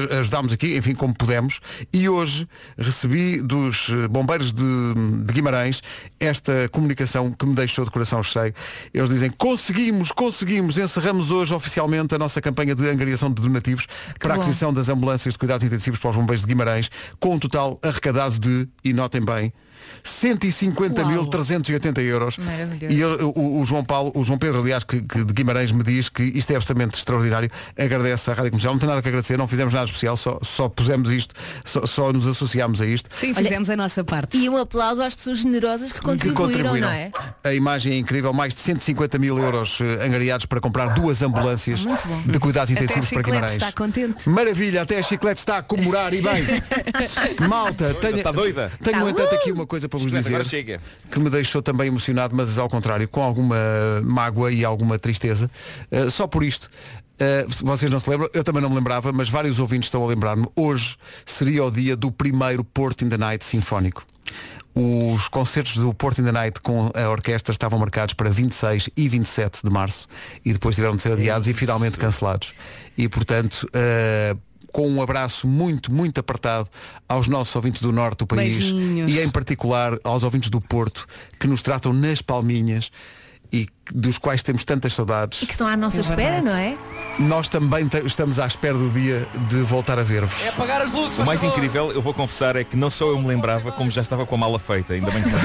ajudámos aqui, enfim, como pudemos, e hoje recebi dos bombeiros de, de Guimarães esta comunicação que me deixou de coração cheio. Eles dizem, conseguimos, conseguimos, encerramos hoje oficialmente a nossa campanha de angariação de donativos que para a aquisição das ambulâncias de cuidados intensivos para os bombeiros de Guimarães, com um total arrecadado de, e notem bem, cento e cinquenta mil trezentos e oitenta euros.
Maravilhoso.
E eu, o, o João Paulo, o João Pedro, aliás, que, que de Guimarães me diz que isto é absolutamente extraordinário. Agradece à Rádio Comercial. Não tem nada que agradecer, não fizemos nada especial, só, só pusemos isto, só, só nos associámos a isto.
Sim, fizemos Olha, a nossa parte.
E um aplauso às pessoas generosas que contribuíram, que contribuíram, não é?
A imagem é incrível, mais de cento e cinquenta mil euros angariados para comprar duas ambulâncias de cuidados intensivos para Guimarães.
Está contente.
Maravilha, até a Chiclete está a comemorar e bem. Malta, tenho,
está doida.
tenho no entanto aqui uma coisa para vos dizer que me deixou também emocionado, mas ao contrário, com alguma mágoa e alguma tristeza. Uh, só por isto. Uh, vocês não se lembram, eu também não me lembrava, mas vários ouvintes estão a lembrar-me. Hoje seria o dia do primeiro Porto in the Night sinfónico. Os concertos do Porto in the Night com a orquestra estavam marcados para vinte e seis e vinte e sete de março e depois tiveram de ser adiados e finalmente cancelados. E portanto, uh, com um abraço muito, muito apertado aos nossos ouvintes do norte do país. Beijinhos. E em particular aos ouvintes do Porto, que nos tratam nas palminhas e dos quais temos tantas saudades.
E que estão à nossa é espera, não é?
Nós também estamos à espera do dia de voltar a ver-vos.
É apagar as luzes. O mais favor. Incrível, eu vou confessar, é que não só eu me lembrava, como já estava com a mala feita. Ainda bem que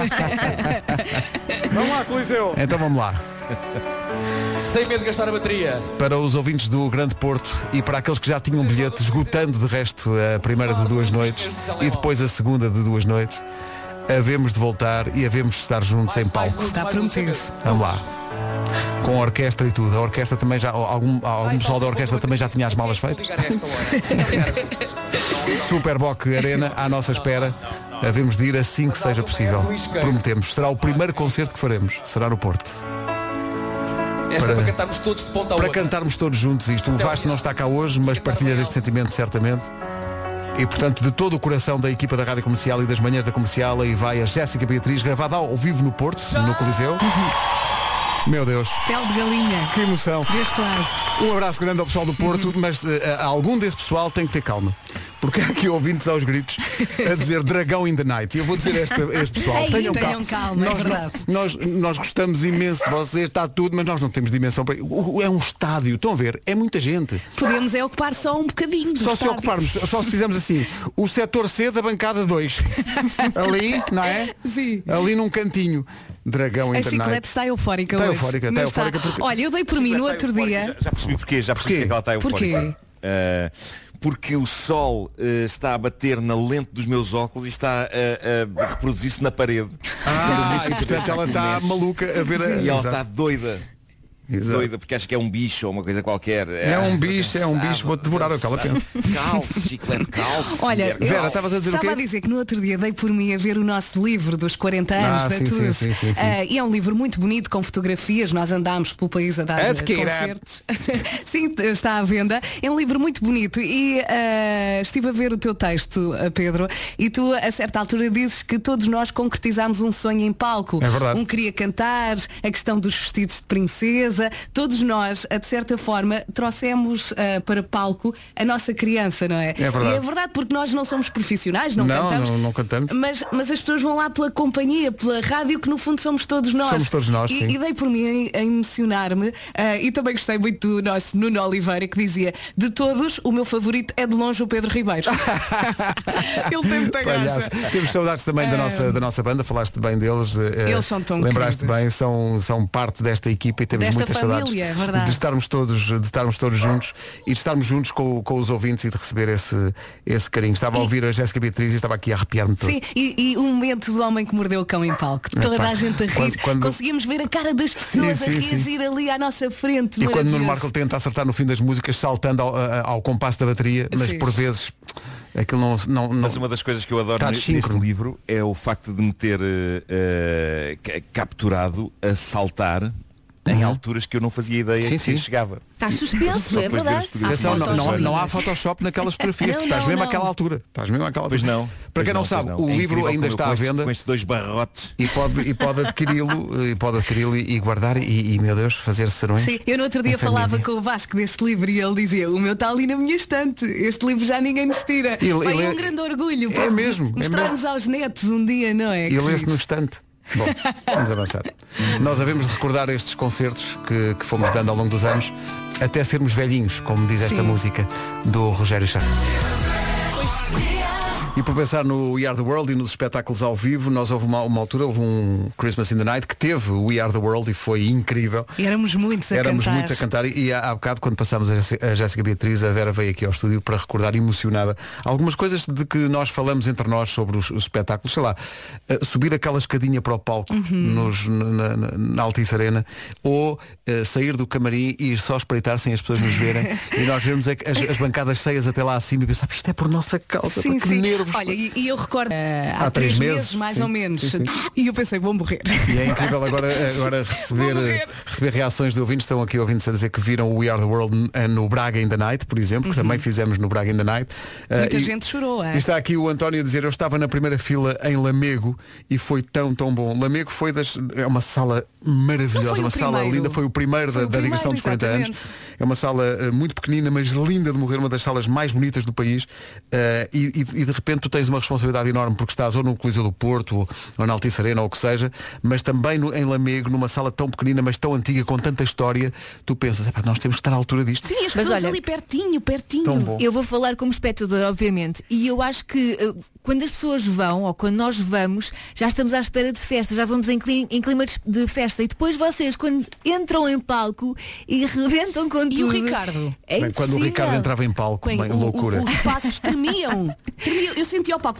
Vamos lá, Coliseu. Então vamos lá.
Sem medo de gastar a bateria.
Para os ouvintes do Grande Porto e para aqueles que já tinham bilhete, esgotando de resto a primeira de duas noites e depois a segunda de duas noites, havemos de voltar e havemos de estar juntos em palco.
Está prometido.
Vamos lá. Com a orquestra e tudo. A orquestra também já, algum, algum pessoal da orquestra também já tinha as malas feitas. Superboc Arena à nossa espera. Havemos de ir assim que seja possível. Prometemos. Será o primeiro concerto que faremos. Será no Porto.
Esta para, para cantarmos todos de ponta a
Para
outra.
cantarmos todos juntos isto. O Vasco não está cá hoje, mas partilha deste sentimento certamente. E portanto, de todo o coração da equipa da Rádio Comercial e das manhãs da Comercial, aí vai a Jéssica Beatriz, gravada ao vivo no Porto, no Coliseu. Meu Deus.
Pele de galinha.
Que emoção.
Deste lado.
Um abraço grande ao pessoal do Porto, mas uh, algum desse pessoal tem que ter calma. Porque há aqui ouvintes aos gritos a dizer Dragão in the Night. E eu vou dizer a este, a este pessoal,
Ei,
tenham,
tenham calma,
calma.
é verdade.
Nós, nós, nós gostamos imenso de vocês, está tudo, mas nós não temos dimensão para. É um estádio, estão a ver? É muita gente.
Podemos é ocupar só um bocadinho do
Só
estádio.
se ocuparmos, só se fizermos assim, o setor C da bancada dois. Ali, não é?
Sim.
Ali num cantinho. Dragão in the Night.
A Chiclete está eufórica
está
hoje.
Eufórica, está eufórica
está.
porque...
Olha, eu dei por mim no outro dia.
Já, já percebi porquê, já percebi porque é que ela está eufórica.
Porquê?
Uh, porque o sol uh, está a bater na lente dos meus óculos e está a, a reproduzir-se na parede.
Ah, e portanto ela está maluca a ver a...
E ela está doida.
Exato.
Doida, porque acho que é um bicho ou uma coisa qualquer.
É um bicho, é um bicho, vou-te devorar o que ela pensa.
Calce, Chiclete, calce.
Olha,
Vera, estavas a dizer o quê?
Estava a dizer que no outro dia dei por mim a ver o nosso livro dos quarenta anos
ah,
da
sim,
T U S.
sim, sim, sim, sim.
Uh, e é um livro muito bonito, com fotografias. Nós andámos pelo país a dar concertos. Sim, está à venda. É um livro muito bonito. E uh, estive a ver o teu texto, Pedro, e tu a certa altura dizes que todos nós concretizámos um sonho em palco.
É verdade.
Um queria cantar, a questão dos vestidos de princesa. Todos nós Nós, de certa forma, trouxemos uh, para palco a nossa criança, não é?
É verdade.
E é verdade, porque nós não somos profissionais, não,
não
cantamos.
Não, não cantamos.
Mas, mas as pessoas vão lá pela companhia, pela rádio, que no fundo somos todos nós.
Somos todos nós,
e,
sim.
E dei por mim a, a emocionar-me. Uh, e também gostei muito do nosso Nuno Oliveira, que dizia, de todos, o meu favorito é de longe o Pedro Ribeiro. Ele tem muita graça.
Temos saudades também da, nossa, da nossa banda, falaste bem deles.
Eles são tão
Lembraste
queridos.
bem, são, são parte desta equipa e temos
Desta
muitas
família,
saudades
verdade.
de estarmos todos, de estarmos todos juntos e de estarmos juntos com, com os ouvintes e de receber esse, esse carinho. Estava a ouvir a Jéssica Beatriz e estava aqui a arrepiar-me todo.
Sim, e, e o momento do homem que mordeu o cão em palco. Toda
Epá,
a gente a rir.
quando- quando-
Conseguimos ver a cara das pessoas
Sim, sim,
a reagir ali à nossa frente.
E quando Nuno
Maravilhoso.
Marco tenta acertar no fim das músicas saltando ao, a- ao compasso da bateria, mas
Sim.
por vezes aquilo não, não, não...
Mas uma das coisas que eu adoro
Está
ne-
de
neste
síncrono.
livro é o facto de me ter eh, eh, ca- capturado a saltar em alturas que eu não fazia ideia
Sim,
que
sim.
chegava.
Estás suspenso,
Só
é
depois de ver as
verdade.
fotografias.
Atenção, não, não,
fotos
não há
lindas.
Photoshop naquelas fotografias.
Não,
Tu estás
não,
mesmo
não.
àquela altura. Estás mesmo àquela altura.
Pois não.
Para
Pois
quem não,
não,
sabe,
pois não.
o
É
livro
incrível
ainda
como eu
está
com
à
estes-
venda
com estes dois barrotes.
e pode, e pode adquiri-lo e pode adquiri-lo e guardar e, e, meu Deus, fazer serões.
Sim, eu no outro dia
em família.
falava com o Vasco deste livro e ele dizia, o meu está ali na minha estante, este livro já ninguém nos tira.
Ele-
Vai,
ele
é
é-
um grande orgulho.
É
pá,
mesmo, é
Mostrarmos aos netos um dia, não é?
E
Que
lê-se
giro.
no estante. Bom, vamos avançar. Nós havemos de recordar estes concertos que, que fomos dando ao longo dos anos, até sermos velhinhos, como diz esta
Sim.
música do Rogério Chá. E por pensar no We Are The World e nos espetáculos ao vivo, nós houve uma, uma altura, houve um Christmas in the Night que teve o We Are The World e foi incrível.
E éramos muitos a
Éramos
cantar.
muitos a cantar e há, há bocado quando passámos a Jé- a Jéssica Beatriz, a Vera veio aqui ao estúdio para recordar emocionada algumas coisas de que nós falamos entre nós sobre os, os espetáculos, sei lá, eh, subir aquela escadinha para o palco nos, na, na, na Altice Arena ou eh, sair do camarim e ir só espreitar sem as pessoas nos verem e nós vemos é que as, as bancadas cheias até lá acima e pensar, isto é por nossa causa,
Sim,
pá, que
sim.
nervos.
Olha, e, e eu recordo eh, há,
Há três
três
meses,
meses, mais
sim,
ou menos.
sim, sim.
E eu pensei, vou morrer.
E é incrível agora, agora receber, receber reações de ouvintes. Estão aqui ouvintes a dizer que viram o We Are The World eh, no Braga in the Night, por exemplo, que também fizemos no Braga in the Night. Eh,
Muita
e-
gente chorou, é?
E está aqui o António a dizer, eu estava na primeira fila em Lamego e foi tão, tão bom. Lamego foi das, é uma sala maravilhosa,
Não foi o
uma sala
primeiro.
linda, foi o primeiro
Foi
da,
o
da digressão dos
primeiro,
quarenta anos.
exatamente.
É uma sala eh, muito pequenina, mas linda de morrer, uma das salas mais bonitas do país. Eh, e, e- e de repente tu tens uma responsabilidade enorme porque estás ou no Coliseu do Porto ou, ou na Altice Arena ou o que seja, mas também no- em Lamego, numa sala tão pequenina, mas tão antiga, com tanta história, tu pensas, "Epá, nós temos que estar à altura disto."
Sim, as
Mas
pessoas
olha,
ali pertinho, pertinho.
Tão bom.
Eu vou falar como espectador, obviamente, e eu acho que eh, quando as pessoas vão, ou quando nós vamos, já estamos à espera de festa, já vamos em, cli- em clima de, de festa, e depois vocês, quando entram em palco e rebentam com tudo.
E o Ricardo?
É
Bem, quando o
impossível.
Ricardo entrava em palco,
Bem,
bem,
o-
loucura.
o- os passos tremiam. tremiam. Eu sentia o palco.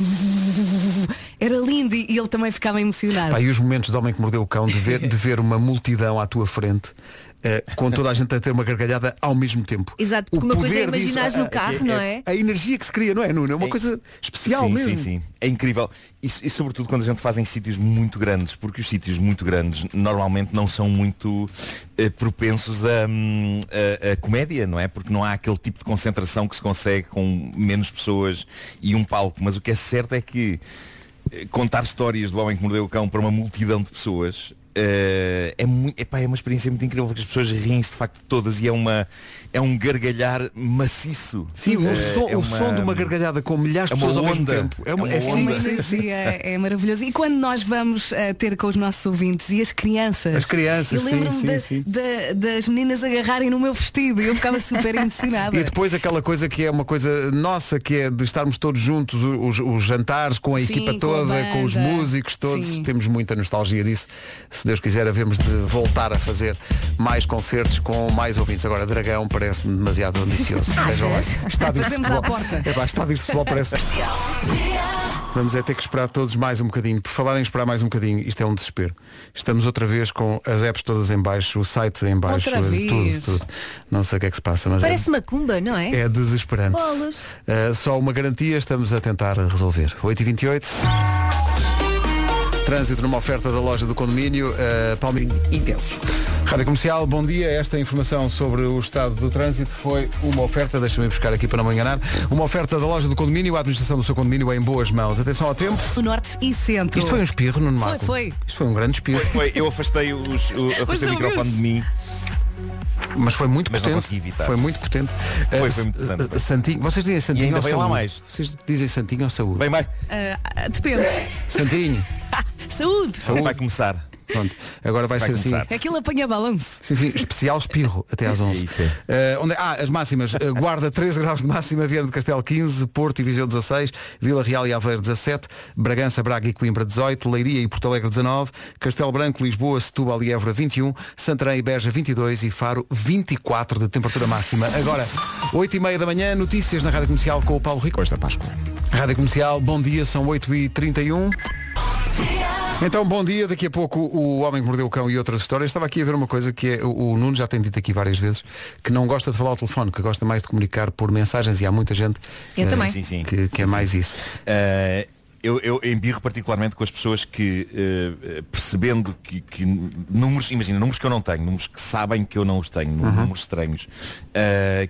Era lindo e ele também ficava emocionado.
Pá, e os momentos do Homem que Mordeu o Cão, de ver, de ver uma multidão à tua frente, eh, com toda a gente a ter uma gargalhada ao mesmo tempo.
Exato,
O
porque uma coisa é
poder disso,
imaginares
a-
no
a-
carro, não é?
A energia que se cria, não é, Nuno? É uma
É-
coisa especial
sim,
mesmo.
Sim, sim. É incrível. E, e sobretudo quando a gente faz em sítios muito grandes, porque os sítios muito grandes normalmente não são muito eh, propensos a, hum, a, a comédia, não é? Porque não há aquele tipo de concentração que se consegue com menos pessoas e um palco. Mas o que é certo é que eh, contar histórias do Homem que Mordeu o Cão para uma multidão de pessoas eh, é, muito, epá, é uma experiência muito incrível, porque as pessoas riem-se de facto todas e é, uma, é um gargalhar maciço.
Sim, o,
Eh,
som,
é
o
uma-
som de uma gargalhada com milhares de
é uma
pessoas ao mesmo
onda.
tempo. É uma,
É uma
é
É uma
onda.
sim, sim,
energia, é maravilhoso. E quando nós vamos eh, ter com os nossos ouvintes e as crianças.
As crianças,
eu
sim,
lembro-me
sim,
da-
sim.
da- das meninas agarrarem no meu vestido e eu ficava super emocionada.
E depois aquela coisa que é uma coisa nossa, que é de estarmos todos juntos, os, os jantares com a
Sim,
equipa
com a
toda, com os
banda.
músicos todos.
Sim.
Temos muita nostalgia disso. Se Deus quiser, havemos de voltar a fazer mais concertos com mais ouvintes. Agora, Dragão parece-me demasiado ambicioso. Vejam lá. Estádios de
Fazemos à
futebol.
porta.
Epá, estádios de futebol parece. Vamos é ter que esperar todos mais um bocadinho. Por falar em esperar mais um bocadinho, isto é um desespero. Estamos outra vez com as apps todas em baixo, o site em baixo,
Outra vez.
tudo, tudo. Não sei o que é que se passa, mas é-
Parece macumba, não é?
é desesperante.
Bolas.
Uh, só uma garantia, estamos a tentar resolver. oito e vinte e oito. Trânsito numa oferta da loja do condomínio uh, Palmeiras. Rádio Comercial, bom dia. Esta informação sobre o estado do trânsito foi uma oferta, deixa-me buscar aqui para não me enganar, uma oferta da loja do condomínio, a administração do seu condomínio é em boas mãos. Atenção ao tempo.
No norte e centro.
Isto foi um espirro, Nuno
Foi,
Marco?
foi.
Isto foi um grande espirro.
Foi, eu afastei, os, o, afastei o
Mas
microfone de mim.
Mas foi muito
Mas não
potente.
consegui evitar.
Foi muito potente.
Foi,
Uh,
foi muito potente,
uh,
foi.
Santinho, vocês dizem Santinho
ainda
ou
veio lá
saúde?
mais.
Vocês dizem Santinho ou saúde?
Bem mais.
Ah, ah, depende.
Santinho.
Saúde.
Saúde.
Vai começar.
Pronto, agora vai,
Vai
ser
começar.
assim.
Aquilo apanha balanço.
Sim, sim, especial espirro até às onze.
É isso, é.
Eh, onde, ah, as máximas. Eh, Guarda treze graus de máxima, Viana do Castelo quinze, Porto e Viseu dezasseis, Vila Real e Aveiro dezassete, Bragança, Braga e Coimbra dezoito, Leiria e Porto Alegre dezanove, Castelo Branco, Lisboa, Setúbal e Évora vinte e um, Santarém e Beja vinte e dois e Faro vinte e quatro de temperatura máxima. Agora, oito e meia da manhã, notícias na Rádio Comercial com o Paulo Rico.
Depois da Páscoa.
Rádio Comercial, bom dia, são oito e trinta e um. Então, bom dia, daqui a pouco o Homem que Mordeu o Cão e outras histórias. Estava aqui a ver uma coisa que é, o, o Nuno já tem dito aqui várias vezes, que não gosta de falar ao telefone, que gosta mais de comunicar por mensagens e há muita gente
Eu
eh,
também.
Sim, sim.
que, que é mais isso.
Uh, eu, eu embirro particularmente com as pessoas que, uh, percebendo que, que números, imagina, números que eu não tenho, números que sabem que eu não os tenho, uhum. números estranhos, uh,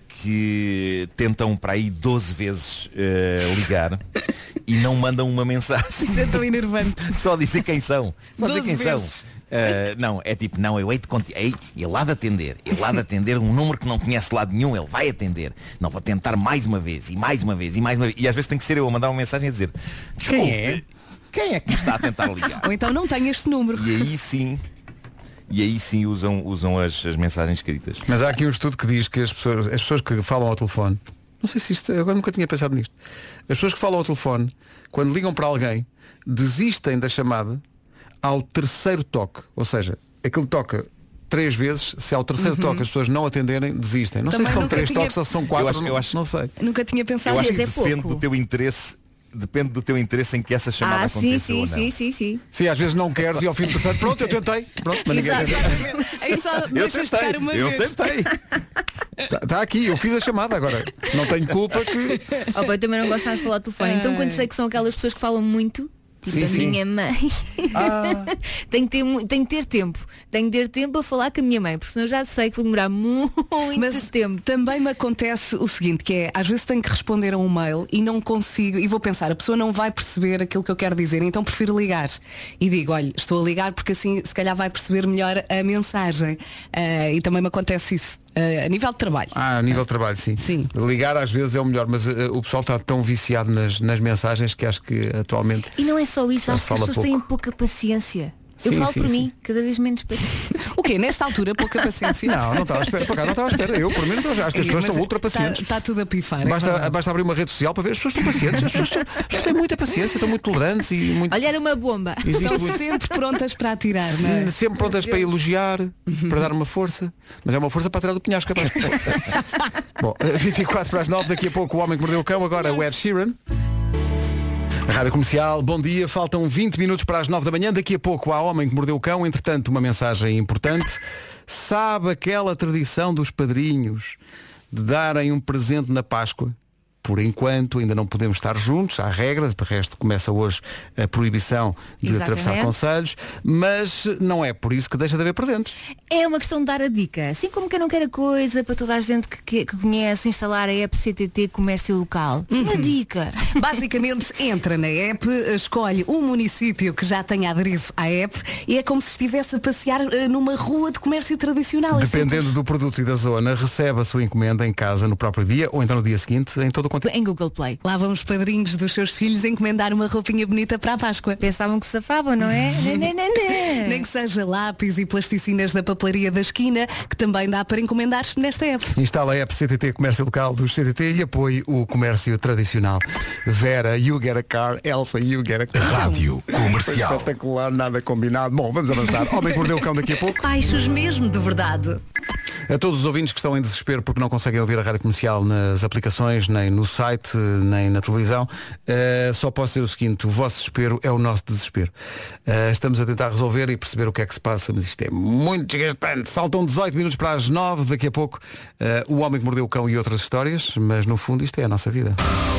que tentam para aí doze vezes uh, ligar e não mandam uma mensagem.
Isso é tão enervante.
Só dizer quem são. Só dizer quem
vezes.
são. Uh, não, é tipo, não, eu hei de continuar, ele há de atender, ele há de atender um número que não conhece lado nenhum, ele vai atender. Não, vou tentar mais uma vez, e mais uma vez, e mais uma vez. E às vezes tem que ser eu a mandar uma mensagem a dizer,
quem é?
Quem é que me está a tentar ligar?
Ou então não tenho este número.
E aí sim, e aí sim usam, usam as, as mensagens escritas.
Mas há aqui um estudo que diz que as pessoas, as pessoas que falam ao telefone, não sei se isto, agora nunca tinha pensado nisto, as pessoas que falam ao telefone, quando ligam para alguém, desistem da chamada ao terceiro toque. Ou seja, aquilo toca três vezes, se ao terceiro uhum. toque as pessoas não atenderem, desistem. Não
Também
sei se são três
tinha...
toques ou se são quatro,
eu acho,
não,
eu acho,
não sei.
Nunca tinha pensado
eu acho
nisso.
que depende do teu interesse, depende do teu interesse em que essa chamada
ah,
aconteça
sim,
ou
sim,
não.
sim, sim, sim.
Sim, às vezes não queres e ao fim do terceiro, pronto, eu tentei. Pronto, mas ninguém
Aí só
eu tentei,
uma
eu
vez.
tentei.
Está tá aqui, eu fiz a chamada agora. Não tenho culpa que.
Oh, eu também não gosto de falar ao telefone. Então quando sei que são aquelas pessoas que falam muito, tipo
sim,
a
sim.
minha mãe, ah. tenho, que ter, tenho que ter tempo. Tenho que ter tempo a falar com a minha mãe, porque senão eu já sei que vou demorar muito
Mas
tempo.
Também me acontece o seguinte, que é, às vezes tenho que responder a um mail e não consigo, e vou pensar, a pessoa não vai perceber aquilo que eu quero dizer, então prefiro ligar. E digo, olha, estou a ligar porque assim se calhar vai perceber melhor a mensagem. Uh, e também me acontece isso. Uh, a nível de trabalho.
Ah, a nível de trabalho, sim.
Sim.
Ligar às vezes é o melhor, mas uh, o pessoal está tão viciado nas, nas mensagens que acho que atualmente.
E não é só isso,
Já
acho
se
que as
fala
pessoas
pouco.
têm pouca paciência. Eu
Sim,
falo
sim,
por
sim.
mim, cada vez menos paciência.
O quê? Nesta altura, pouca paciência?
Não, não estava à espera. Para cá não estava à espera. Eu, por mim, não estou já. Acho que as pessoas estão ultra pacientes.
Está tá tudo a pifar.
Basta,
é
basta abrir uma rede social para ver. As pessoas estão pacientes. As pessoas, estão, as pessoas têm muita paciência, estão muito tolerantes e muito.
Olha, era uma bomba.
Existe
Estão
muito...
sempre prontas para atirar, não é?
Sempre prontas para elogiar, para dar uma força. Mas é uma força para tirar do penhasco. Bom, vinte e quatro para as nove, daqui a pouco o Homem que Mordeu o Cão, agora o Ed Sheeran. A Rádio Comercial, bom dia, faltam vinte minutos para as nove da manhã, daqui a pouco há Homem que Mordeu o Cão, entretanto uma mensagem importante. Sabe aquela tradição dos padrinhos de darem um presente na Páscoa? Por enquanto ainda não podemos estar juntos, há regras, de resto começa hoje a proibição de
Exatamente.
atravessar concelhos, mas não é por isso que deixa de haver presentes.
É uma questão de dar a dica. Assim como quem não quer a coisa, para toda a gente que, que, que conhece, instalar a app C T T Comércio Local. Uhum. Uma dica.
Basicamente, entra na app, escolhe um município que já tenha aderido à app e é como se estivesse a passear uh, numa rua de comércio tradicional.
Dependendo
é
do produto e da zona, recebe a sua encomenda em casa no próprio dia ou então no dia seguinte em todo o continente.
Em Google Play.
Lá vão os padrinhos dos seus filhos encomendar uma roupinha bonita para a Páscoa.
Pensavam que safavam, não é?
Nem que seja lápis e plasticinas da papelaria da esquina, que também dá para encomendar nesta app.
Instala a app C T T Comércio Local dos C T T e apoie o comércio tradicional. Vera, you get a car. Elsa, you get a car.
Rádio Comercial.
Espetacular, nada combinado. Bom, vamos avançar. Homem que Mordeu o Cão daqui a pouco.
Baixos mesmo de verdade.
A todos os ouvintes que estão em desespero porque não conseguem ouvir a Rádio Comercial nas aplicações, nem no site, nem na televisão, uh, só posso dizer o seguinte, o vosso desespero é o nosso desespero. Uh, estamos a tentar resolver e perceber o que é que se passa, mas isto é muito desgastante. Faltam dezoito minutos para as nove, daqui a pouco uh, o Homem que Mordeu o Cão e outras histórias, mas no fundo isto é a nossa vida.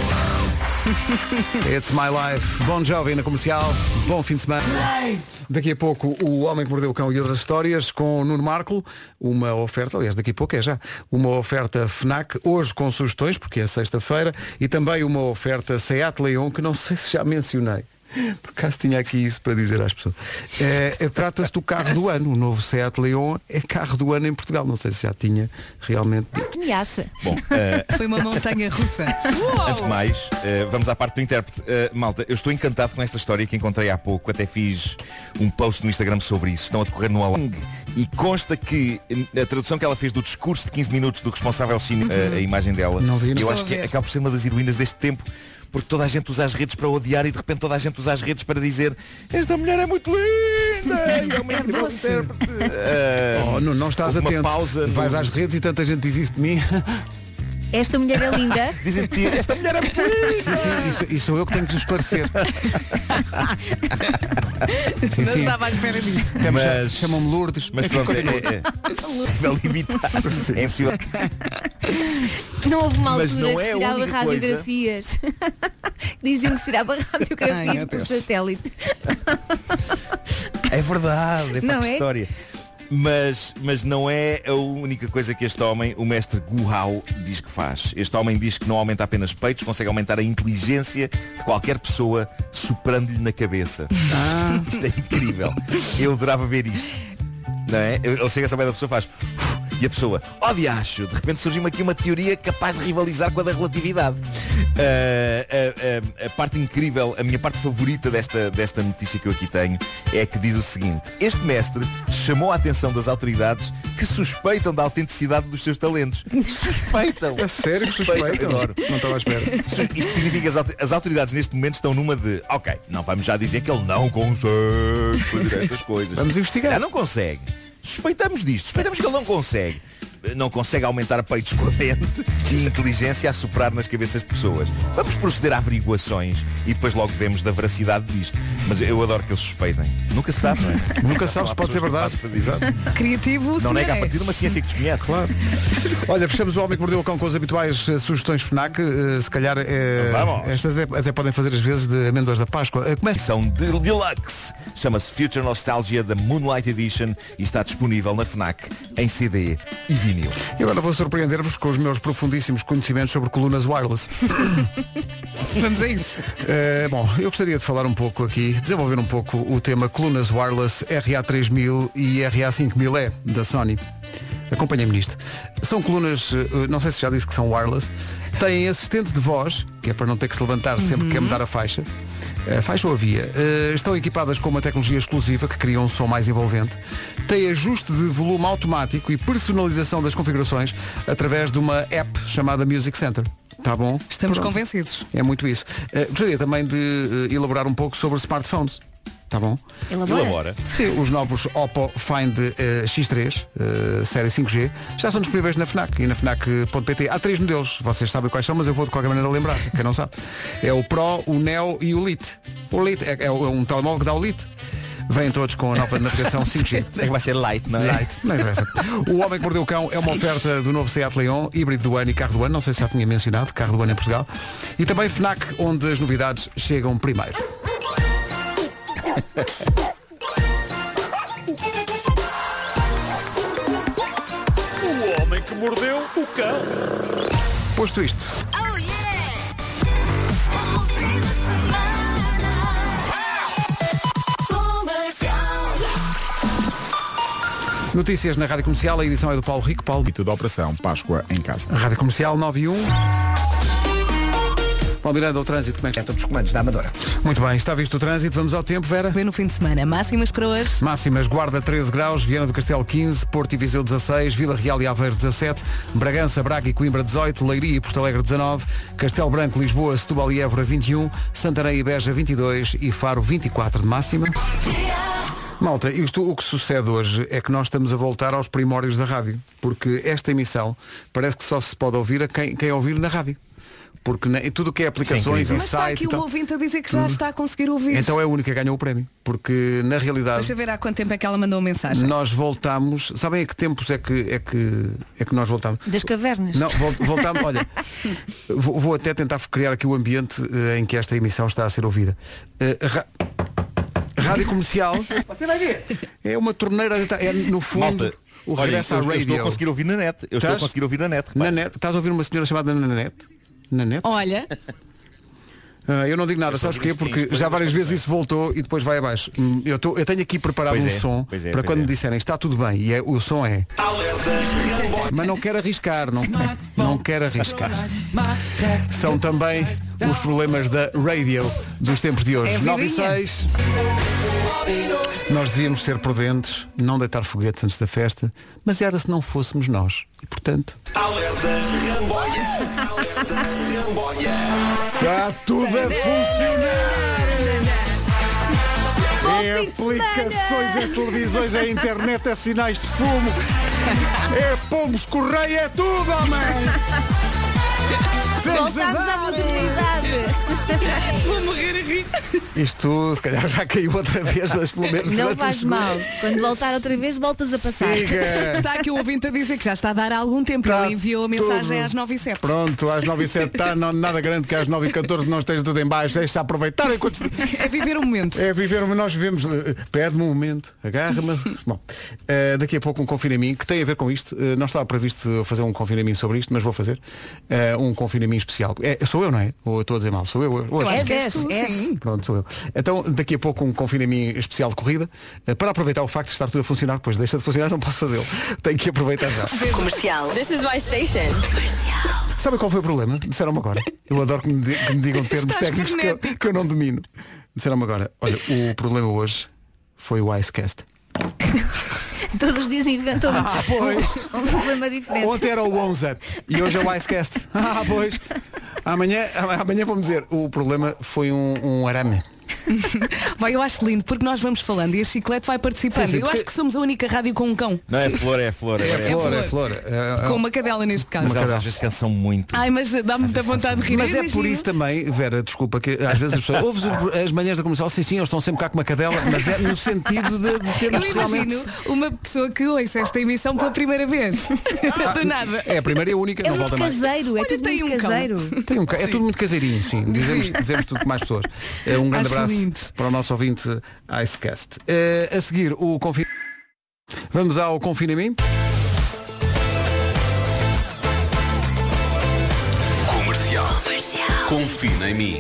It's my life. Bom jovem na Comercial. Bom fim de semana. Daqui a pouco o Homem que Mordeu o Cão e outras histórias com Nuno Marco. Uma oferta, aliás, daqui a pouco é já. Uma oferta FNAC, hoje com sugestões, porque é sexta-feira. E também uma oferta Seat Leon, que não sei se já mencionei. Por acaso tinha aqui isso para dizer às pessoas. É, é, trata-se do carro do ano. O novo Seat Leon é carro do ano em Portugal. Não sei se já tinha realmente dito.
Ameaça.
Bom, uh,
foi uma montanha russa.
Antes de mais, uh, vamos à parte do intérprete. Uh, malta, eu estou encantado com esta história que encontrei há pouco. Até fiz um post no Instagram sobre isso. Estão a decorrer no Along. E consta que a tradução que ela fez do discurso de quinze minutos do responsável cine, uhum. uh, a imagem dela,
não vi, não
eu acho que acaba por ser uma das heroínas deste tempo. Porque toda a gente usa as redes para odiar e de repente toda a gente usa as redes para dizer esta mulher é muito linda e é uma incrível intérprete. Uh,
oh, não, não estás atento.
Pausa
Vais
no...
às redes e tanta gente diz isso de mim.
Esta mulher é linda.
Dizem-te, esta mulher é bonita.
Sim, sim, isso, isso sou eu que tenho que lhe esclarecer. Sim,
Não
sim.
estava à espera disto.
Mas-
Chamam-me Lourdes.
Mas pronto, é, é, é possível evitar. É impossível.
Não houve uma
Mas
altura
não
que
é a
se tirava
única
radiografias. Diziam que se tirava
Ai,
radiografias
meu
por
Deus.
satélite.
É verdade, é para
Não
que
é?
história. Mas, mas não é a única coisa que este homem, o mestre Gu Hao, diz que faz. Este homem diz que não aumenta apenas peitos, consegue aumentar a inteligência de qualquer pessoa soprando-lhe na cabeça. Ah. Isto é incrível. Eu adorava ver isto. Não é? Ele chega a saber da pessoa, faz e a pessoa, ó diacho, de repente surgiu-me aqui uma teoria capaz de rivalizar com a da relatividade. Uh, a, a, a parte incrível, a minha parte favorita desta, desta notícia que eu aqui tenho é que diz o seguinte: este mestre chamou a atenção das autoridades que suspeitam da autenticidade dos seus talentos. Suspeitam.
É sério que suspeitam?
Adoro.
Não estava à espera.
Isto significa que as, auto- as autoridades neste momento estão numa de, ok, não vamos já dizer que ele não consegue fazer estas coisas.
Vamos investigar.
Já não consegue. Suspeitamos disto. Suspeitamos que ele não consegue. Não consegue aumentar peitos com a mente e inteligência a soprar nas cabeças de pessoas. Vamos proceder a averiguações e depois logo vemos da veracidade disto. Mas eu adoro que eles suspeitem. Nunca se sabe, não é?
Nunca sabes, pode ser verdade.
Exato.
Criativo,
Não
sim,
nega a
é.
partir de uma ciência que desconhece.
Claro. Olha, fechamos o Homem que Mordeu o Cão com as habituais eh, sugestões FNAC. Eh, se calhar eh,
Vamos.
estas até, até podem fazer as vezes de amêndoas da Páscoa. Eh, começa.
São de Deluxe. Chama-se Future Nostalgia da Moonlight Edition e está disponível na FNAC em C D e vinil.
E agora vou surpreender-vos com os meus profundíssimos conhecimentos sobre colunas wireless.
Vamos a isso.
Eh, bom, eu gostaria de falar um pouco aqui, desenvolver um pouco o tema colunas wireless R A três mil e R A cinco mil E da Sony. Acompanhem-me nisto. São colunas, eh, não sei se já disse que são wireless, têm assistente de voz, que é para não ter que se levantar sempre que quer mudar a faixa. A faixa ou a via. Uh, estão equipadas com uma tecnologia exclusiva que cria um som mais envolvente. Tem ajuste de volume automático e personalização das configurações através de uma app chamada Music Center. Tá bom?
Estamos
Pronto.
convencidos.
É muito isso. Uh, gostaria também de uh, elaborar um pouco sobre smartphones. Tá bom?
Elabora.
Elabora.
Sim, os novos Oppo Find uh, X três, uh, série cinco G, já são disponíveis na FNAC e na FNAC ponto pt. Há três modelos, vocês sabem quais são, mas eu vou de qualquer maneira lembrar, quem não sabe. É o Pro, o Neo e o Lite. O Lite é, é um telemóvel que dá o Lite. Vêm todos com a nova navegação cinco G.
É que vai ser light, não é?
Light, não interessa. O Homem que Mordeu o Cão é uma oferta do novo Seat Leon, híbrido do ano e carro do ano, não sei se já tinha mencionado, carro do ano em Portugal. E também FNAC, onde as novidades chegam primeiro.
O homem que mordeu o cão.
Posto isto,
Oh yeah! Um fim de semana.
notícias na Rádio Comercial, a edição é do Paulo Rico. Paulo.
E tudo a Operação Páscoa em casa.
Rádio Comercial nove e um. Paulo Miranda, o trânsito, como é que está?
Dos comandos da Amadora.
Muito bem, está visto o trânsito, vamos ao tempo, Vera.
Bem no fim de semana. Máximas para hoje.
Máximas, Guarda treze graus, Viana do Castelo quinze, Porto e Viseu dezasseis, Vila Real e Aveiro dezassete, Bragança, Braga e Coimbra dezoito, Leiria e Porto Alegre dezanove, Castelo Branco, Lisboa, Setúbal e Évora vinte e um, Santarém e Beja vinte e dois e Faro vinte e quatro de máxima. Malta, isto, o que sucede hoje é que nós estamos a voltar aos primórdios da rádio, porque esta emissão parece que só se pode ouvir a quem, quem ouvir na rádio. Porque ne, tudo o que é aplicações e
Mas está
sites
aqui
e
um
tal,
ouvinte a dizer que já está a conseguir ouvir.
então é a única que ganhou o prémio. Porque na realidade
Deixa eu ver há quanto tempo é que ela mandou uma mensagem.
nós voltamos. Sabem a que tempos é que, é que, é que nós voltamos?
Das cavernas.
Não, vol- voltamos, olha, vou, vou até tentar criar aqui o ambiente eh, em que esta emissão está a ser ouvida. Eh, ra- Rádio Comercial.
Você vai ver.
É uma torneira, é no fundo
Malta,
o
olha,
regresso à
eu, eu
radio.
estou a conseguir ouvir na net. Eu estou a
Estás?
conseguir ouvir na net.
Na
repare.
net, estás a ouvir uma senhora chamada Nanete? Nanete?
Olha,
Ah, eu não digo nada,
Eu só
sabes
ouvi
porquê?
isso,
Porque
depois
já
eu
várias
vou
vezes isso voltou e depois vai abaixo. Hum, Eu, tô, eu tenho aqui preparado
Pois
um
é,
som
pois é,
para
pois
quando
é.
me disserem está tudo bem e é, o som é. Mas não quero arriscar, não, não quero arriscar. São também os problemas da radio dos tempos de hoje.
É
nove e
vidinha.
seis. Nós devíamos ser prudentes, não deitar foguetes antes da festa, mas era se não fôssemos nós. E portanto. Está tudo a funcionar! É aplicações, é televisões, é internet, é sinais de fumo, é pombos, correio, é tudo, homem!
Voltámos à modernidade.
Vou morrer a rir.
Isto se calhar já caiu outra vez, mas pelo menos
Não
durante
faz
uns segundos.
mal. Quando voltar outra vez, voltas a passar.
Siga.
Está aqui um ouvinte a dizer que já está a dar há algum tempo.
Tá
Ele enviou a mensagem
tudo.
às nove e sete.
Pronto, às nove e sete está, não, nada grande que às nove e catorze não esteja tudo em baixo, deixa aproveitar enquanto...
É viver o momento.
É viver, nós vivemos, eh, pede-me um momento, agarra-me. Bom, eh, daqui a pouco um confina em mim, que tem a ver com isto. Eh, não estava previsto fazer um confina em mim sobre isto, mas vou fazer eh, um confina em mim especial. É, sou eu, não é? Ou estou a dizer mal? Sou eu hoje?
Eu acho
És,
que és
és,
tu,
és.
sim.
Pronto, sou eu. Então, daqui a pouco um confina em mim especial de corrida, eh, para aproveitar o facto de estar tudo a funcionar, pois deixa de funcionar, não posso fazê-lo. Tenho que aproveitar já.
Comercial. This is my station.
Sabe qual foi o problema? Disseram-me agora. Eu adoro que me, di- que me digam termos
Estás
técnicos que eu, que eu não domino. Disseram-me agora, olha, o problema hoje foi o Icecast.
Todos os dias inventam
Ah, pois.
um, um problema diferente.
Ontem era o Onza e hoje é o Icecast. Ah, pois. Amanhã, amanhã vamos dizer, o problema foi um, um arame.
Vai, eu acho lindo, porque nós vamos falando e a Chiclete vai participando.
Sim, sim,
eu
porque-
acho que somos a única rádio com um cão.
Não é flor, é flor.
É
agora
flor,
flor.
é flor. É, é-
Com uma cadela neste caso.
Mas elas às vezes cansam muito.
Ai, mas dá muita vontade de rir.
Mas é
Imagina.
por isso também, Vera, desculpa, que às vezes as pessoas ouves o- as manhãs da comercial, sim, sim, eles estão sempre cá com uma cadela, mas é no sentido de, de
Eu
termos realmente.
imagino uma pessoa que ouça esta emissão pela primeira vez. Do nada.
É a primeira e a única,
É
não
muito
volta mais.
caseiro, é
Olha,
tudo
tem
muito
um cão.
caseiro.
Tem um ca- é tudo muito caseirinho, sim. Dizemos, dizemos tudo com mais pessoas. É, um grande
Acho
abraço
lindo.
para o nosso ouvinte Icecast. É, a seguir, o confina. Vamos ao Confina em mim.
Comercial. Confina em mim.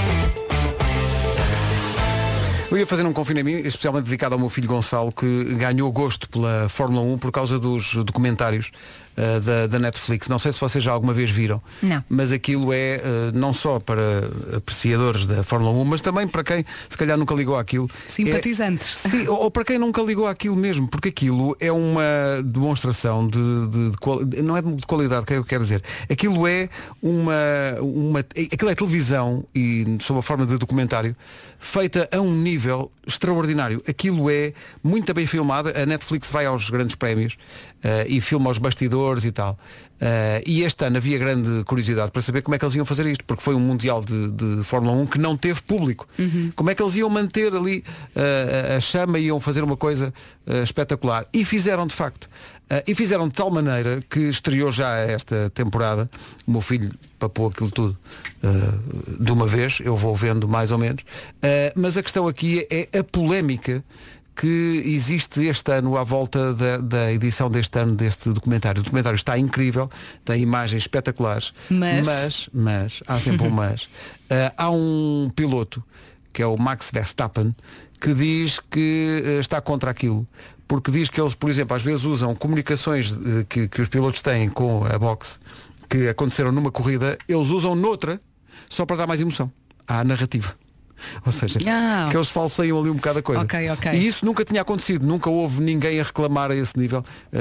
Eu ia fazer um Confina em mim, especialmente dedicado ao meu filho Gonçalo, que ganhou gosto pela Fórmula um por causa dos documentários uh, da, da Netflix. Não sei se vocês já alguma vez viram,
Não.
mas aquilo é uh, não só para apreciadores da Fórmula um, mas também para quem se calhar nunca ligou àquilo.
Simpatizantes.
É, sim, ou, ou para quem nunca ligou àquilo mesmo, porque aquilo é uma demonstração de, de, de qual- não é de qualidade, que é o que eu quero dizer. Aquilo é uma, uma aquilo é televisão e sob a forma de documentário feita a um nível extraordinário. Aquilo é muito bem filmado. A Netflix vai aos grandes prémios uh, e filma os bastidores e tal. Uh, e este ano havia grande curiosidade para saber como é que eles iam fazer isto, porque foi um Mundial de, de Fórmula um que não teve público. Como é que eles iam manter ali uh, a chama e iam fazer uma coisa uh, espetacular. E fizeram de facto. Uh, e fizeram de tal maneira que estreou já esta temporada. O meu filho papou aquilo tudo uh, de uma vez, eu vou vendo mais ou menos. Uh, mas a questão aqui é a polémica que existe este ano à volta da, da edição deste ano deste documentário. O documentário está incrível, tem imagens espetaculares,
Mas?
mas, mas há sempre um mas. Uh, há um piloto, que é o Max Verstappen, que diz que uh, está contra aquilo. Porque diz que eles, por exemplo, às vezes usam comunicações uh, que, que os pilotos têm com a boxe, que aconteceram numa corrida, eles usam noutra só para dar mais emoção à narrativa. Ou seja,
Ah.
que eles falseiam ali um bocado a coisa.
Ok, ok.
E isso nunca tinha acontecido, nunca houve ninguém a reclamar a esse nível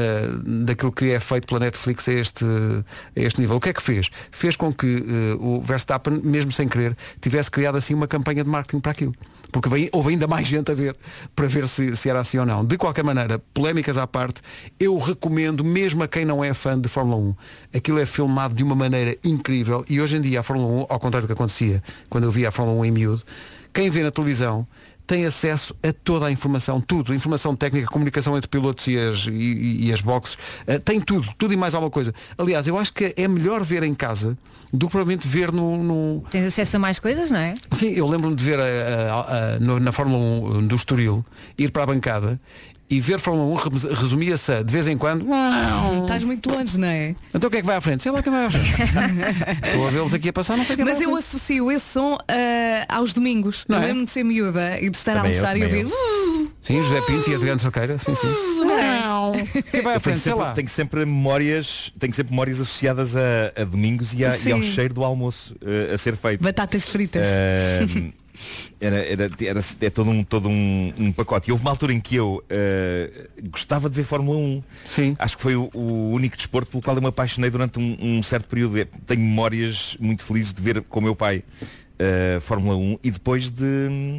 uh, daquilo que é feito pela Netflix a este, a este nível. O que é que fez? Fez com que uh, o Verstappen, mesmo sem querer, tivesse criado assim uma campanha de marketing para aquilo. Porque vem- houve ainda mais gente a ver para ver se, se era assim ou não. De qualquer maneira, polémicas à parte, eu recomendo, mesmo a quem não é fã de Fórmula um, aquilo é filmado de uma maneira incrível e hoje em dia a Fórmula um, ao contrário do que acontecia quando eu via a Fórmula um em miúdo, quem vê na televisão tem acesso a toda a informação, tudo, informação técnica, comunicação entre pilotos e as, e, e as boxes, uh, tem tudo, tudo e mais alguma coisa. Aliás, eu acho que é melhor ver em casa do que provavelmente ver no, no...
Tens acesso a mais coisas, não é?
Sim, eu lembro-me de ver a, a- a- no- na Fórmula um do Estoril, ir para a bancada e ver Fórmula um res- resumia-se a, de vez em quando.
Estás muito longe, não é?
Então o que é que vai à frente? Sei lá quem vai à frente. Estou a vê-los aqui a passar, não sei quem
Mas
vai à
eu
frente.
associo esse som ah, aos domingos.
Não
eu
é?
lembro-me de ser miúda e de estar
Também
a
eu,
almoçar e
também
ouvir.
eu.
"Uh,
Sim, José Pinto e Adriano Cerqueira, sim, sim.
não é?"
Quem vai à
Eu tenho
frente, sei
sempre,
lá.
tenho sempre memórias, tenho sempre memórias associadas a, a domingos e, a- e ao
Sim.
cheiro do almoço eh, a ser feito.
Batatas fritas.
Ahm, era, era, era, é todo um, todo um, um pacote. E houve uma altura em que eu eh, gostava de ver Fórmula um.
Sim.
Acho que foi o, o único desporto pelo qual eu me apaixonei durante um, um certo período. É, tenho memórias muito felizes de ver com o meu pai eh, Fórmula um e depois de,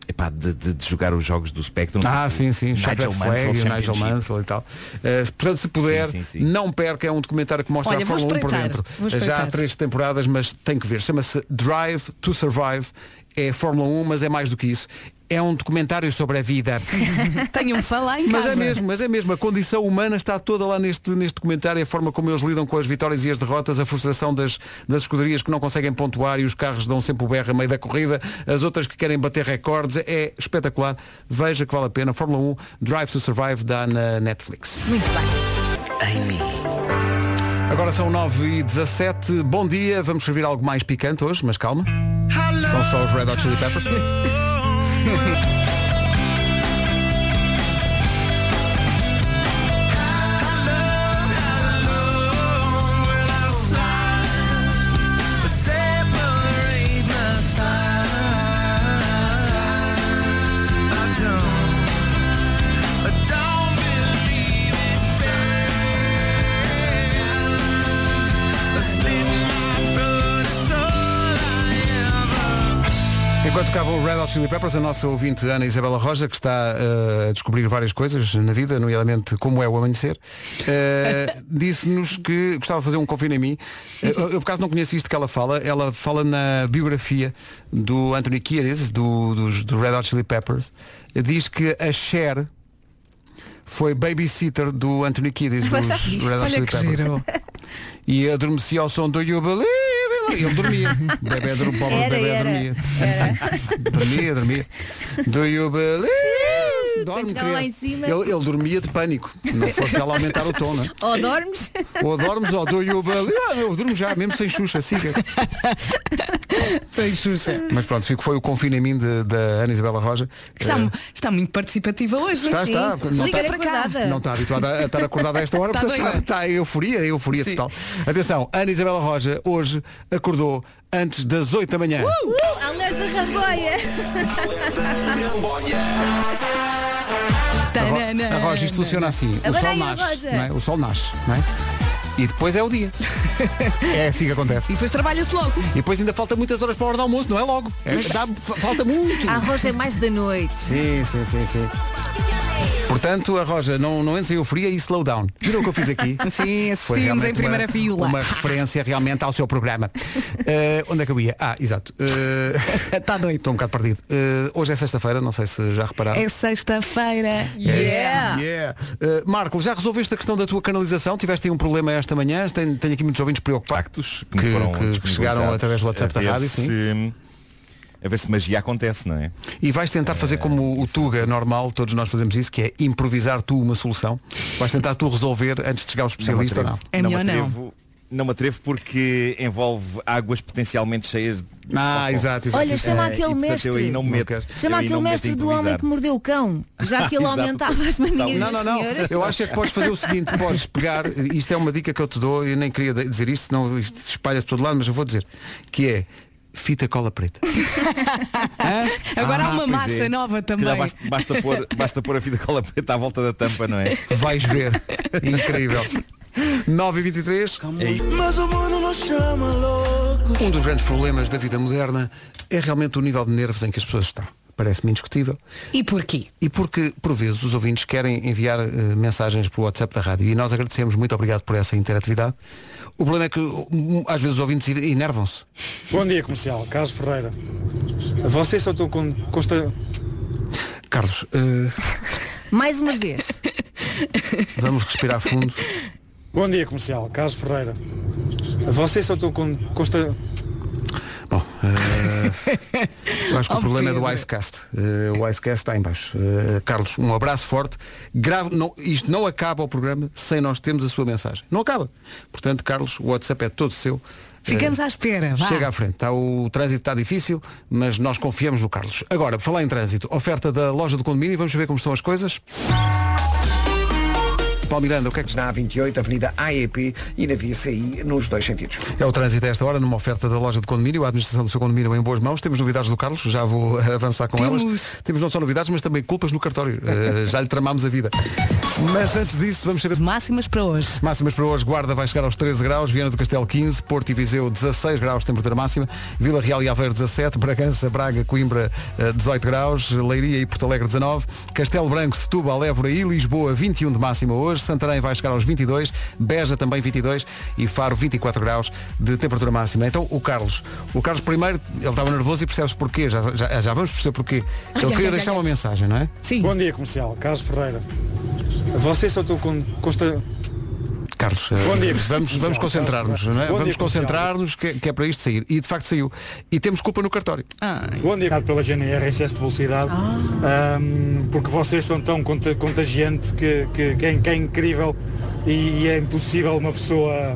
epá, de, de, de jogar os jogos do Spectrum.
Ah, sim, sim,
Nigel Mansell,
Flag, Nigel Mansell e tal. Uh, portanto, se puder, sim, sim, sim. não perca, é um documentário que mostra
Olha,
a Fórmula um por dentro. Já há três temporadas, mas tem que ver. Chama-se Drive to Survive. É Fórmula um, mas é mais do que isso. É um documentário sobre a vida.
Tenho-me falar em
mas
casa.
É mesmo, mas é mesmo. A condição humana está toda lá neste, neste documentário. A forma como eles lidam com as vitórias e as derrotas, a frustração das, das escuderias que não conseguem pontuar e os carros dão sempre o berro a meio da corrida, as outras que querem bater recordes. É espetacular. Veja que vale a pena. Fórmula um, Drive to Survive, dá na Netflix.
Muito bem.
Em mim. Agora são nove e dezassete. Bom dia. Vamos servir algo mais picante hoje, mas calma. São só os Red Hot Chili Peppers. Enquanto tocava o Red Hot Chili Peppers, a nossa ouvinte Ana Isabela Roja, que está uh, a descobrir várias coisas na vida, nomeadamente como é o amanhecer, uh, disse-nos que gostava de fazer um confio em mim. Uh, eu, por acaso, não conheço isto que ela fala. Ela fala na biografia do Anthony Kiedis, do, do, do Red Hot Chili Peppers. Diz que a Cher foi babysitter do Anthony Kiedis, dos Red Hot Chili Peppers. E adormecia ao som do You Believe. E ele dormia. O bebê, o pobre
era,
bebê
era.
dormia. Era. Dormia, dormia. Do you believe? Dorme,
lá em cima.
Ele, ele dormia de pânico. Não fosse ela aumentar o tom, não é?
Ou dormes?
Ou dormes ou do you believe? Ah, eu durmo já, mesmo sem Xuxa, siga.
Sem Xuxa.
Mas pronto, fico, foi o confio em mim de- da Ana Isabela Roja.
Está,
Eh,
está muito participativa hoje.
Está,
Sim.
está. Não
Liga
está-
para cá.
Não está habituada a estar acordada a esta hora,
Está
portanto está,
doida.
está em euforia, euforia
Sim.
total. Atenção, Ana Isabela Roja hoje acordou antes das oito da manhã.
Uh, alerta Ramboia.
A, Ro a Roja, isto funciona assim. O
Agora
sol
aí a
nasce,
Roja.
não é? O sol nasce, não é? E depois é o dia. É assim que acontece.
E depois trabalha-se logo.
E depois ainda falta muitas horas para a hora do almoço, não é logo. É, dá, falta muito.
A Roja é mais da noite.
Sim, sim, sim, sim. Portanto, a Roja, não, não entra em euforia e slow down. Viram o que eu fiz aqui?
Sim,
Foi
assistimos
realmente
em primeira
uma,
fila.
Uma referência realmente ao seu programa. Eh, onde é que eu ia? Ah, exato.
Está doido.
Estou um bocado perdido. Eh, hoje é sexta-feira, não sei se já repararam.
É sexta-feira.
Yeah. Yeah. Uh, Marco, já resolveste a questão da tua canalização? Tiveste aí um problema esta manhã? Tenho, tenho aqui muitos ouvintes preocupados
que, me foram
que, que chegaram através do WhatsApp
a
da
ver
rádio. Sim.
se- A ver se magia acontece, não é?
E vais tentar fazer como o Tuga normal, todos nós fazemos isso, que é improvisar tu uma solução. Vais tentar tu resolver antes de chegar ao especialista ou não?
É melhor
me
não.
atrevo, não me atrevo porque envolve águas potencialmente cheias de
Ah,
cocó.
exato, exato.
Olha, chama
Eh,
aquele
e, portanto,
mestre.
eu aí não me meto.
Chama
Eu aí
aquele
não me meto
mestre
a
do homem
improvisar.
que mordeu o cão. Já que ele
Exato.
aumentava as maminhas
Não, não,
dos
não.
senhores.
Eu acho é que podes fazer o seguinte, podes pegar, isto é uma dica que eu te dou, eu nem queria dizer isto, senão isto se espalha-se por todo lado, mas eu vou dizer, que é fita cola preta.
Agora há
Ah,
uma
pois
massa
é.
nova
Se
também.
calhar basta, basta, pôr, basta pôr a fita cola preta à volta da tampa, não é?
Vais ver. Incrível. nove e vinte e três.
Mas o mundo nos chama loucos.
Um dos grandes problemas da vida moderna é realmente o nível de nervos em que as pessoas estão. Parece-me indiscutível.
E porquê?
E porque, por vezes, os ouvintes querem enviar eh, mensagens para o WhatsApp da rádio e nós agradecemos, muito obrigado por essa interatividade. O problema é que, hum, às vezes, os ouvintes enervam-se.
Bom dia, comercial. Carlos Ferreira. Vocês só estão com... Consta...
Carlos, eh,
Mais uma vez.
vamos respirar fundo.
Bom dia, comercial. Carlos Ferreira. Vocês só estão com... Consta...
Bom, eh, eu acho que
Oh,
o problema é do
Pedro.
Icecast. Eh, o Icecast está em baixo. Eh, Carlos, um abraço forte. Grave, não, isto não acaba o programa sem nós termos a sua mensagem. Não acaba. Portanto, Carlos, o WhatsApp é todo seu.
Ficamos
Eh,
à espera. Vá.
Chega à frente. Está, o trânsito está difícil, mas nós confiamos no Carlos. Agora, por falar em trânsito, oferta da loja do condomínio, vamos ver como estão as coisas. Paulo Miranda, o que é que...
Na A vinte e oito, Avenida A E P e na Via C I, nos dois sentidos.
É o trânsito a esta hora, numa oferta da loja de condomínio, a administração do seu condomínio em boas mãos. Temos novidades do Carlos, já vou avançar com
Temos.
elas. Temos não só novidades, mas também culpas no cartório. Uh, já lhe tramámos a vida. Mas antes disso, vamos saber...
Máximas para hoje.
Máximas para hoje, Guarda vai chegar aos treze graus, Viana do Castelo quinze, Porto e Viseu dezasseis graus, temperatura máxima, Vila Real e Aveiro dezassete, Bragança, Braga, Coimbra dezoito graus, Leiria e Porto Alegre dezanove, Castelo Branco, Setúbal, Évora e Lisboa vinte e um de máxima hoje, Santarém vai chegar aos vinte e dois, Beja também vinte e dois e Faro vinte e quatro graus de temperatura máxima. Então o Carlos, o Carlos primeiro, ele estava nervoso e percebe-se porquê, já, já, já vamos perceber porquê. Ele
ai,
queria
ai,
deixar
ai,
uma
ai.
mensagem, não é?
Sim.
Bom dia, comercial. Carlos Ferreira. Vocês só estão com... Consta...
Carlos,
Bom dia,
vamos, vamos concentrar-nos, não é?
Bom
Vamos
dia,
concentrar-nos que, que é para isto sair. E de facto saiu. E temos culpa no cartório.
Bom dia, pela G N R, excesso de velocidade, um, porque vocês são tão conta- contagiante que, que, que, é, que é incrível e, e é impossível uma pessoa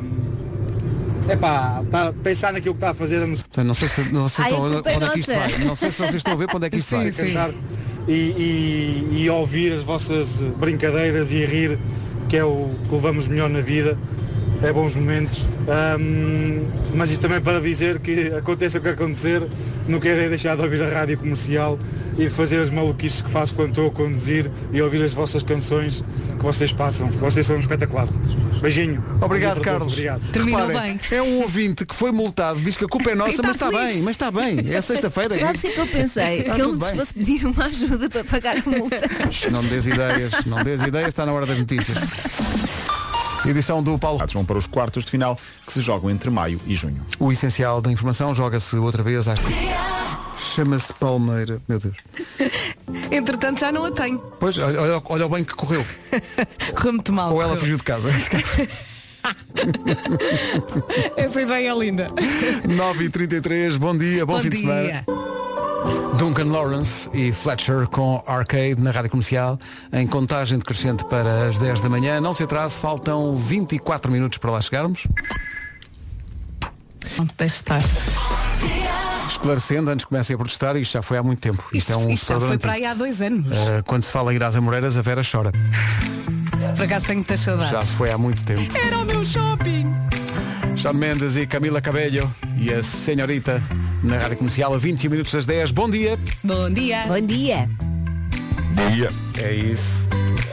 é pá, tá, pensar naquilo que está a fazer. A nos...
Não sei se, não sei
Ai,
se
a
estão,
culpa é
onde é que isto
nossa.
vai. Não sei se vocês estão a ver para onde é que isto vai.
Cantar e, e, e ouvir as vossas brincadeiras e rir, que é o que levamos melhor na vida. É bons momentos, um, mas isto também para dizer que aconteça o que acontecer, não quero é deixar de ouvir a rádio comercial e de fazer as maluquices que faço quando estou a conduzir e ouvir as vossas canções que vocês passam. Vocês são espetaculares. Beijinho.
Obrigado,
Bom dia para todos.
Carlos.
Obrigado.
Terminou
Reparem,
bem.
é um ouvinte que foi multado, diz que a culpa é nossa,
E está
mas está
feliz.
bem, mas está bem. É sexta-feira.
Sabes o que é que eu pensei?
Está
que ele
tudo
nos
bem.
fosse pedir uma ajuda para pagar a multa.
Não dês ideias, não dês ideias, está na hora das notícias. Edição do Paulo.
Vão para os quartos de final que se jogam entre maio e junho.
O essencial da informação joga-se outra vez às... Chama-se Palmeira. Meu Deus.
Entretanto já não a tenho.
Pois, olha, olha o bem que correu.
Correu muito mal.
Ou ela
correu.
fugiu de casa.
Essa ideia é linda.
nove e trinta e três, bom dia, bom,
Bom
fim de semana.
dia.
Duncan Lawrence e Fletcher com Arcade na Rádio Comercial, em contagem decrescente para as dez da manhã. Não se atrase, faltam vinte e quatro minutos para lá chegarmos.
Deixe estar.
Esclarecendo, antes que comecem a protestar, isto já foi há muito tempo. Isto,
Isto,
é um
isto já
separador
foi
antigo.
para aí há dois anos.
Uh, quando se fala em ir às Amoreiras, a Vera chora.
Por acaso tenho muitas
Já
saudades.
foi há muito tempo.
Era o meu shopping.
Shawn Mendes e Camila Cabello e a Senhorita na Rádio Comercial a vinte e um minutos das dez. Bom dia.
Bom dia.
Bom dia.
Dia. É isso.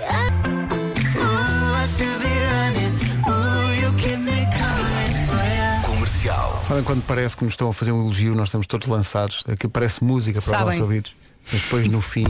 Comercial.
Sabem quando parece que nos estão a fazer um elogio, nós estamos todos lançados. Aquilo parece música para os
Sabem.
nossos ouvidos. Mas depois no fim,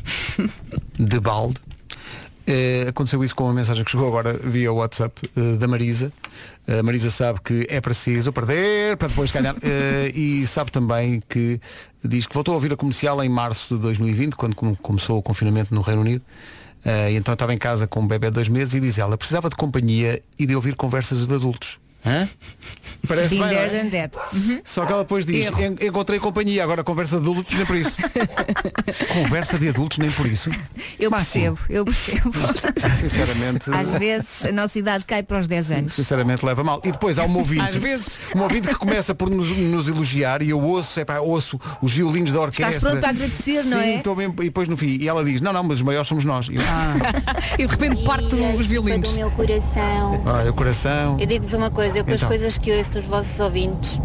de balde, eh, aconteceu isso com uma mensagem que chegou agora via WhatsApp eh, da Marisa. A Marisa sabe que é preciso perder para depois ganhar. eh, e sabe também que diz que voltou a ouvir a Comercial em março de dois mil e vinte, quando com- começou o confinamento no Reino Unido. Eh, e então estava em casa com um bebê de dois meses e diz ela, precisava de companhia e de ouvir conversas de adultos. Hã? Parece
Been
bem, não é?
there, done that. Uhum.
Só que ela depois diz,
Erro.
"En- encontrei companhia, agora conversa de adultos nem por isso." Conversa de adultos nem por isso.
Eu
Máximo.
percebo, eu percebo.
Sinceramente,
Às vezes a nossa idade cai para os dez anos.
sinceramente leva mal. E depois há um ouvinte,
Às vezes.
um ouvinte que começa por nos, nos elogiar e eu ouço, epá, ouço os violinos da orquestra.
Estás pronto a agradecer, não
Sim,
é?
estou mesmo, e depois no fim, e ela diz, não, não, mas os maiores somos nós. E eu, ah,
E de repente parte os violinos.
do meu coração.
olha, o coração.
Eu digo-vos uma coisa, eu com as
Então.
coisas que ouço dos vossos ouvintes,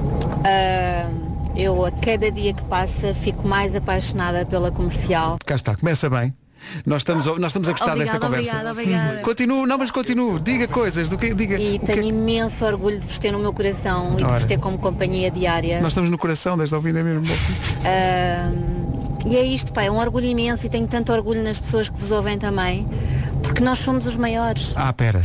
ah, eu a cada dia que passa fico mais apaixonada pela Comercial.
Cá está, começa bem. Nós estamos, nós estamos a gostar desta
Obrigada,
conversa.
obrigada, obrigada.
Continuo, não, mas continuo. Diga coisas do que diga.
E
o que
tenho
é que-
imenso orgulho de vos ter no meu coração e de
Ora.
vos ter como companhia diária.
Nós estamos no coração desta ouvida mesmo.
Ah, e é isto, pá, é um orgulho imenso e tenho tanto orgulho nas pessoas que vos ouvem também, porque nós somos os maiores.
Ah, pera.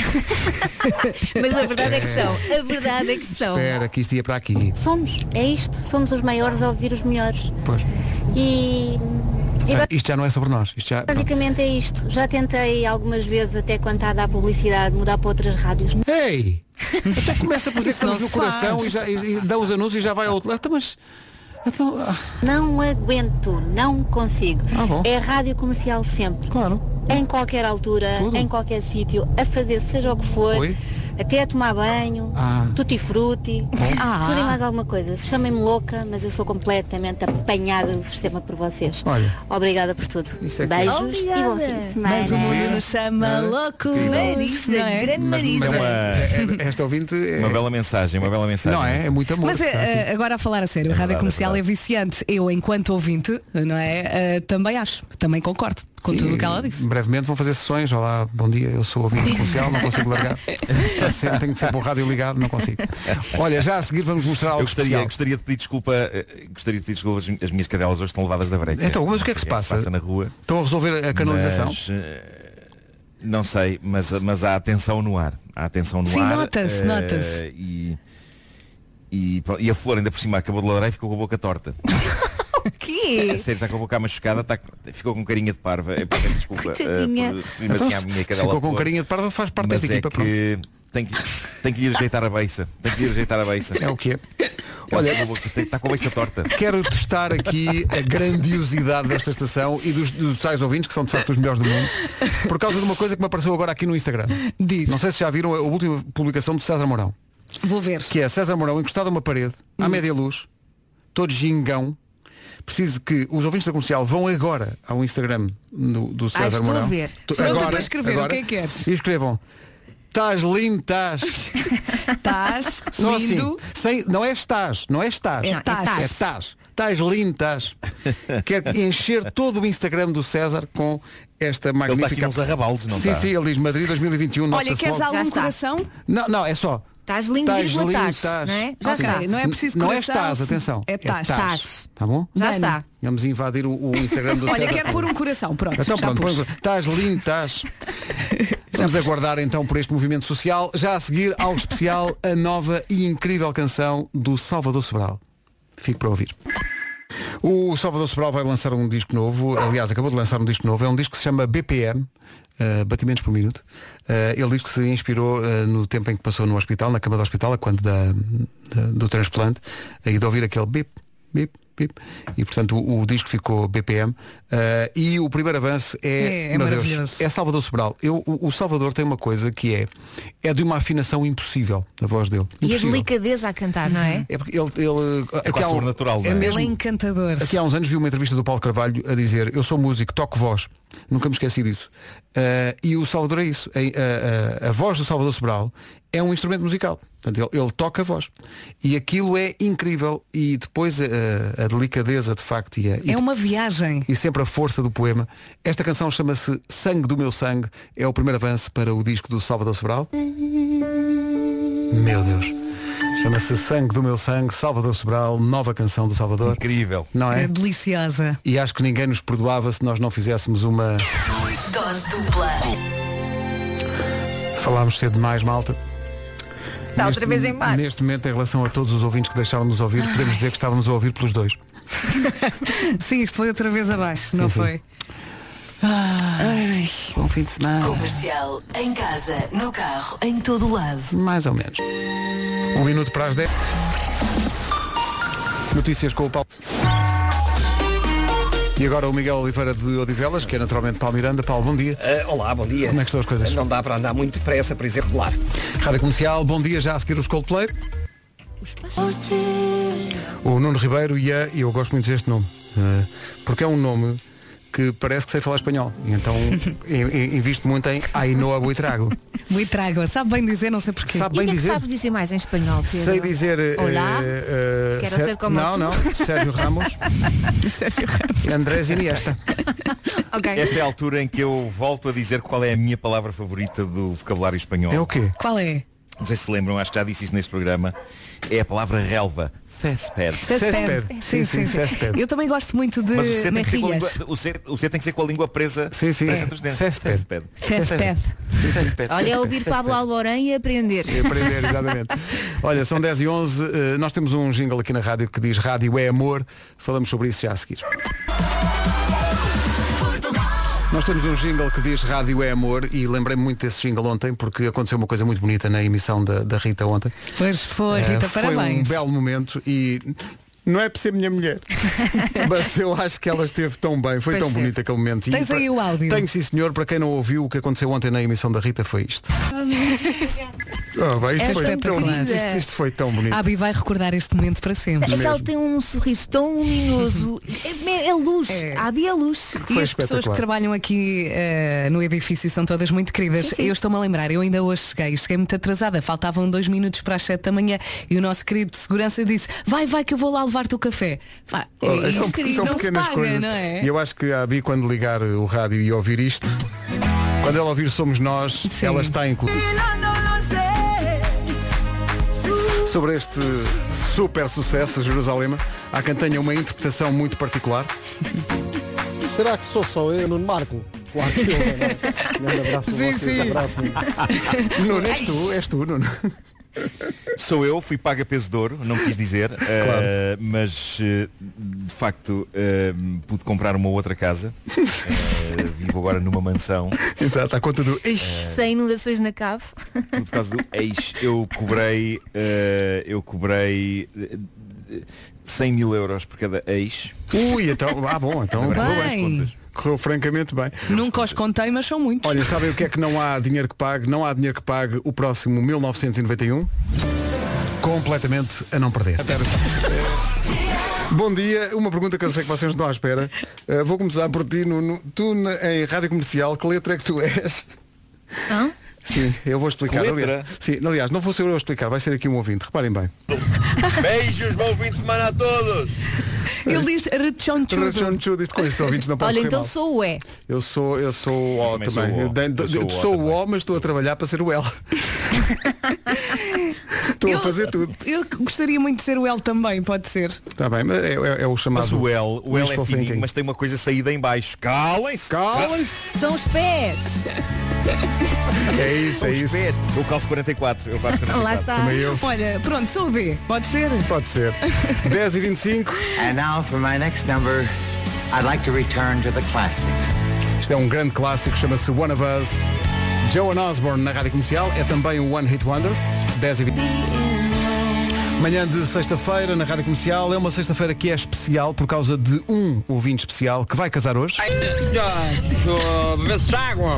Mas a verdade é que são. A verdade é que são.
Espera, que isto ia para aqui.
Somos, é isto, somos os maiores a ouvir os melhores.
Pois.
E, e
Ah, isto já não é sobre nós. Isto já...
basicamente é isto. Já tentei algumas vezes, até quando está a dar publicidade, mudar para outras rádios.
Ei! Então começa por dizer que
Isso não
estamos no
se
coração
faz.
e, já, e, e dá os anúncios e já vai ao outro lado. Então, mas... Então, ah,
Não aguento, não consigo.
Ah, bom.
É rádio comercial sempre.
claro.
Em qualquer altura,
Tudo.
em qualquer sítio, a fazer seja o que for.
Oi?
até a tomar banho,
Ah.
tutti frutti,
Ah.
tudo e mais alguma coisa. Chamem-me louca, mas eu sou completamente apanhada do sistema por vocês.
Olha.
Obrigada por tudo.
é
Beijos
Obrigada.
e bom fim de semana.
Mas o mundo nos chama louco.
Marisa,
Não é?
grande
Mas,
Marisa.
mas
É uma-
esta, esta ouvinte é,
Uma bela mensagem, uma bela mensagem.
não é? É muito amor.
Mas
que está aqui.
eh, agora a falar a sério, a
É
rádio
verdade,
comercial
é
é, viciante. Eu, enquanto ouvinte, não é? Eh, também acho, também concordo com tudo o que ela disse.
Brevemente vão fazer sessões. Olá, bom dia, eu sou ouvinte comercial, não consigo largar. Está sempre, tenho que ser com o rádio ligado, não consigo. Olha, já a seguir vamos mostrar algo
Eu gostaria,
especial.
gostaria de pedir desculpa, eh, gostaria de pedir desculpa, as- as minhas cadelas hoje estão levadas da breca.
Então, mas o que é que se
Não
passa?
sei na rua.
Estão a resolver a canalização?
Mas, eh, não sei, mas, mas há atenção no ar. Há atenção no
Sim,
ar.
nota-se,
eh,
nota-se.
E, e, pronto, e a flor ainda por cima acabou de ladrar e ficou com a boca torta.
O quê?
A sério, está com a boca machucada, está, ficou com carinha de parva. É, peço desculpa eh,
Coitadinha.
por referir-me
Então,
assim à
se
minha cadela
ficou com
flor.
carinha de parva, faz parte
Mas
desta
é
equipa.
que tem que, tem que ir ajeitar a beiça. Tem que ir ajeitar a beiça.
É o que é.
Olha,
Olha,
está com a beiça torta.
quero testar aqui a grandiosidade desta estação e dos, dos tais ouvintes, que são de facto os melhores do mundo, por causa de uma coisa que me apareceu agora aqui no Instagram.
Diz.
Não sei se já viram a última publicação de César Mourão,
Vou ver.
que é César Mourão encostado a uma parede, à média luz, todo gingão. Preciso que os ouvintes da comercial vão agora ao Instagram do, do César
estou
Mourão.
a ver.
Tu-
Pronto para escrever, o que é que queres?
E escrevam: estás lindo, estás.
Estás
Só
lindo.
assim, sem, não é estás, não é estás.
É tás.
É estás. Estás lindo, estás. Quero encher todo o Instagram do César com esta
Ele está
magnífica.
aqui nos arrabaldes, não
sim,
está?
sim, ele diz Madrid dois mil e vinte e um.
Olha,
nota-se
queres
logo.
algum
está.
coração?
Não, não, é só.
Estás lindo,
Estás
vírgula,
lindo,
estás,
estás.
não é? Já
Ok,
está.
não é preciso
Não é
coração.
estás, atenção.
É estás.
Estás.
Tá bom?
Já
Dani.
está.
Vamos invadir o, o Instagram do
Olha,
César.
quero pôr um coração, pronto.
Então
já
pronto,
pus.
põe- estás lindo, estás. Vamos aguardar então por este movimento social. Já a seguir, ao especial, a nova e incrível canção do Salvador Sobral. Fico para ouvir. O Salvador Sobral vai lançar um disco novo. Aliás, acabou de lançar um disco novo. É um disco que se chama B P M, uh, Batimentos por Minuto. Uh, ele diz que se inspirou uh, no tempo em que passou no hospital, na cama do hospital, a quando da, da, do transplante, e de ouvir aquele bip, bip, bip. E portanto o, o disco ficou B P M. Uh, e o primeiro avanço é,
É, é
meu Deus,
maravilhoso.
é Salvador Sobral. Eu, o, o Salvador tem uma coisa que é é de uma afinação impossível, a voz dele.
E a
Impossível.
delicadeza a cantar, não é?
É porque ele, ele
É
aqui
quase
há um-
sobrenatural, não é?
é mesmo,
Ele é encantador.
Aqui há uns anos vi uma entrevista do Paulo Carvalho a dizer: eu sou músico, toco voz. Nunca me esqueci disso. Uh, e o Salvador é isso. A, a- a- a voz do Salvador Sobral é um instrumento musical. Portanto, ele, ele toca a voz. E aquilo é incrível. E depois a, a delicadeza, de facto, e, a, e,
É uma viagem.
e sempre a força do poema. Esta canção chama-se Sangue do Meu Sangue. É o primeiro avanço para o disco do Salvador Sobral. Meu Deus. Chama-se Sangue do Meu Sangue, Salvador Sobral, nova canção do Salvador.
Incrível.
Não é?
É deliciosa.
E acho que ninguém nos perdoava se nós não fizéssemos uma...
Dose dupla.
Falámos cedo demais, malta.
Está outra vez em baixo.
Neste momento, em relação a todos os ouvintes que deixaram de nos ouvir, podemos dizer que estávamos a ouvir pelos dois.
Sim, isto foi outra vez abaixo, não
sim.
foi?
Ai, bom fim de semana.
Comercial, em casa, no carro, em todo o lado.
Mais ou menos. Um minuto para as dez. Notícias com o Paulo. E agora o Miguel Oliveira de Odivelas, que é naturalmente Paulo Miranda. Paulo, bom dia.
Uh, olá, bom dia.
Como é que estão as coisas?
Não dá para andar muito depressa, por exemplo, lá.
Rádio Comercial, bom dia, já a seguir os Coldplay. O Nuno Ribeiro e a, e eu gosto muito deste nome, uh, porque é um nome que parece que sei falar espanhol. E então in- in- invisto muito em Ainhoa Buitrago.
Buitrago, sabe bem dizer, não sei porquê.
Sabe
E o
bem
que é que
dizer?
sabes dizer mais em espanhol, Pedro?
Sei dizer.
Olá,
eh, eh,
quero
Sé-
ser como
Não,
tu.
não. Sérgio Ramos.
Sérgio Ramos.
Andrés Iniesta.
Ok.
Esta é a altura em que eu volto a dizer qual é a minha palavra favorita do vocabulário espanhol.
É o quê?
Qual é?
Não sei se se lembram, acho que já disse isso neste programa. É a palavra relva. Césped.
Césped.
Sim, sim, sim.
Césped.
Eu também gosto muito de
Mas o C, tem que ser com a língua,
narrilhas.
o, C, o C tem que ser com a língua presa.
Sim, sim.
presa entre os dentes.
Césped.
Césped.
Césped.
Césped.
Olha, ouvir Pablo Alborém e aprender.
E aprender, exatamente. Olha, são dez e onze. eh, nós temos um jingle aqui na rádio que diz Rádio é Amor. Falamos sobre isso já a seguir. Nós temos um jingle que diz Rádio é Amor e lembrei-me muito desse jingle ontem porque aconteceu uma coisa muito bonita na emissão da, da Rita ontem.
Pois foi,
Eh,
Rita,
foi
parabéns.
um belo momento e Não é por ser minha mulher. Mas eu acho que ela esteve tão bem. Foi
Pois
tão
é.
bonito aquele momento.
Tens
E
aí
para-
o áudio.
Tenho, sim senhor. Para quem não ouviu, o que aconteceu ontem na emissão da Rita foi isto. Oh, bem, isto,
É
foi tão,
espetacular.
isto, isto foi tão bonito.
A Abi vai recordar este momento para sempre.
É que ela tem um sorriso tão luminoso. É, é luz. A Abi é luz.
E as pessoas que trabalham aqui eh, no edifício são todas muito queridas.
Sim, sim.
Eu estou-me a lembrar, eu ainda hoje cheguei, cheguei muito atrasada, faltavam dois minutos para as sete da manhã e o nosso querido de segurança disse, vai, vai que eu vou lá levar-te o café. Pá,
Oh,
é
são,
isto, isto
são
não se
pequenas
paga,
coisas.
não é?
E eu acho que a Abi, quando ligar o rádio e ouvir isto, quando ela ouvir Somos Nós, ela está incluída. Sobre este super sucesso, Jerusalema, há quem tenha uma interpretação muito particular.
Será que sou só eu, Nuno Marco? Claro que eu, não é? Um abraço a
Sim,
vocês,
sim.
abraço.
Nuno, és tu, és tu, Nuno.
Sou eu, fui paga peso de ouro, não quis dizer, eh, mas eh, de facto eh, pude comprar uma outra casa. Eh, vivo agora numa mansão.
Exato, à conta do ex.
Sem inundações na cave.
Tudo por causa do ex. Eu cobrei, eh, eu cobrei eh, cem mil euros por cada ex.
Ui, então, ah bom, então
Bem.
correu bem as contas. Correu francamente bem.
Nunca os contei, mas são muitos.
Olha, sabem o que é que não há dinheiro que pague? Não há dinheiro que pague o próximo mil novecentos e noventa e um. Completamente a não perder. Bom dia, uma pergunta que eu sei que vocês não estão à espera. Uh, vou começar por ti, Nuno. Tu na, em rádio comercial, que letra é que tu és?
Hã?
Sim, eu vou explicar.
Que letra?
Aliás, sim, aliás, não vou ser eu a explicar, vai ser aqui um ouvinte. Reparem bem.
Beijos, bom fim de semana a todos.
Ele diz rechonchudo.
Rechonchudo, isto com estes ouvintes não pode
Olha,
correr
então
mal.
sou o E.
Eu sou, eu sou o O
também
também.
sou o O.
Eu dei-
Eu sou o O
sou o
também.
O, mas estou a trabalhar para ser o L. Estou a fazer tudo.
Eu gostaria muito de ser o L também, pode ser.
Está bem, mas é, é- é o chamado.
Mas o L, o L é
wishful
fininho,
thinking.
mas tem uma coisa saída em baixo. Calem-se!
Calem-se!
São os pés.
É isso,
São
é
os
isso.
pés. Eu calço quarenta e quatro. Eu faço quarenta e quatro.
Lá está.
Também eu.
Olha, pronto, sou o D, pode ser?
Pode ser. dez e vinte e cinco.
And now for my next number, I'd like to return to the classics.
Isto é um grande clássico, chama-se One of Us. Joan Osborne na Rádio Comercial, é também um One Hit Wonder. dez e vinte. Manhã de sexta-feira na Rádio Comercial. É uma sexta-feira que é especial por causa de um ouvinte especial que vai casar hoje.
água.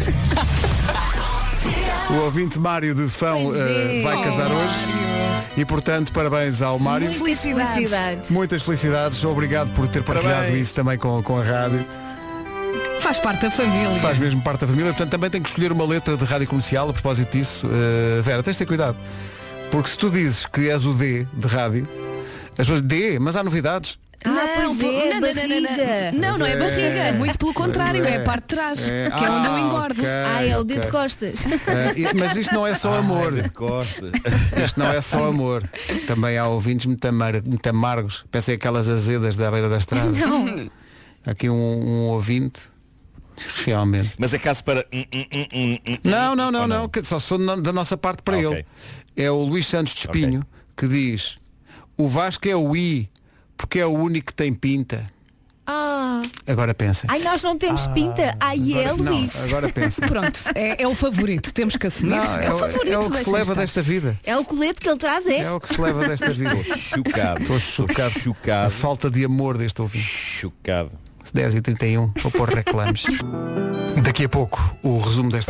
O ouvinte Mário de Fão
Pois é.
eh, vai casar hoje. E portanto, parabéns ao Mário.
Muitas felicidades.
Muitas felicidades. Obrigado por ter partilhado
Parabéns.
isso também com, com a rádio.
Faz parte da família.
Faz mesmo parte da família. Portanto, também tem que escolher uma letra de rádio comercial a propósito disso. Uh, Vera, tens de ter cuidado. Porque se tu dizes que és o D de rádio, as pessoas D, mas há novidades.
Ah,
Não,
pois é,
não, não, não,
barriga.
Não, não, não é
Pois é.
barriga, muito pelo contrário,
Pois
é
é.
a parte de trás,
É.
que é onde eu
Ah,
engordo.
ok.
Ah, é o dedo de
ok.
costas.
Uh, e- mas isto não é só amor.
Ai, de costa.
Isto não é só amor. Também há ouvintes muito, amar, muito amargos. Pensei aquelas azedas da beira da estrada.
Não.
Aqui um, um ouvinte. Realmente.
Mas é caso para. hum, hum, hum, hum, hum,
Não, não,
ou
não, não. que Só sou na- da nossa parte para
Ah,
ele.
ok.
É o Luís Santos de Espinho que diz: o Vasco é o I porque é o único que tem pinta.
Ah.
Agora pensa.
Ai, nós não temos pinta. Ai, é
Agora- não,
Luís.
agora pensa.
Pronto, é, é o favorito, temos que assumir.
Não,
é, o favorito.
é o que se
deixa-me
leva
estar.
desta vida.
É o colete que ele traz, é?
É o que se leva desta vida.
Estou chocado.
Estou chocado.
Estou chocado.
A falta de amor deste ouvinte.
Chocado.
dez e trinta e um, vou pôr reclames. Daqui a pouco, o resumo desta.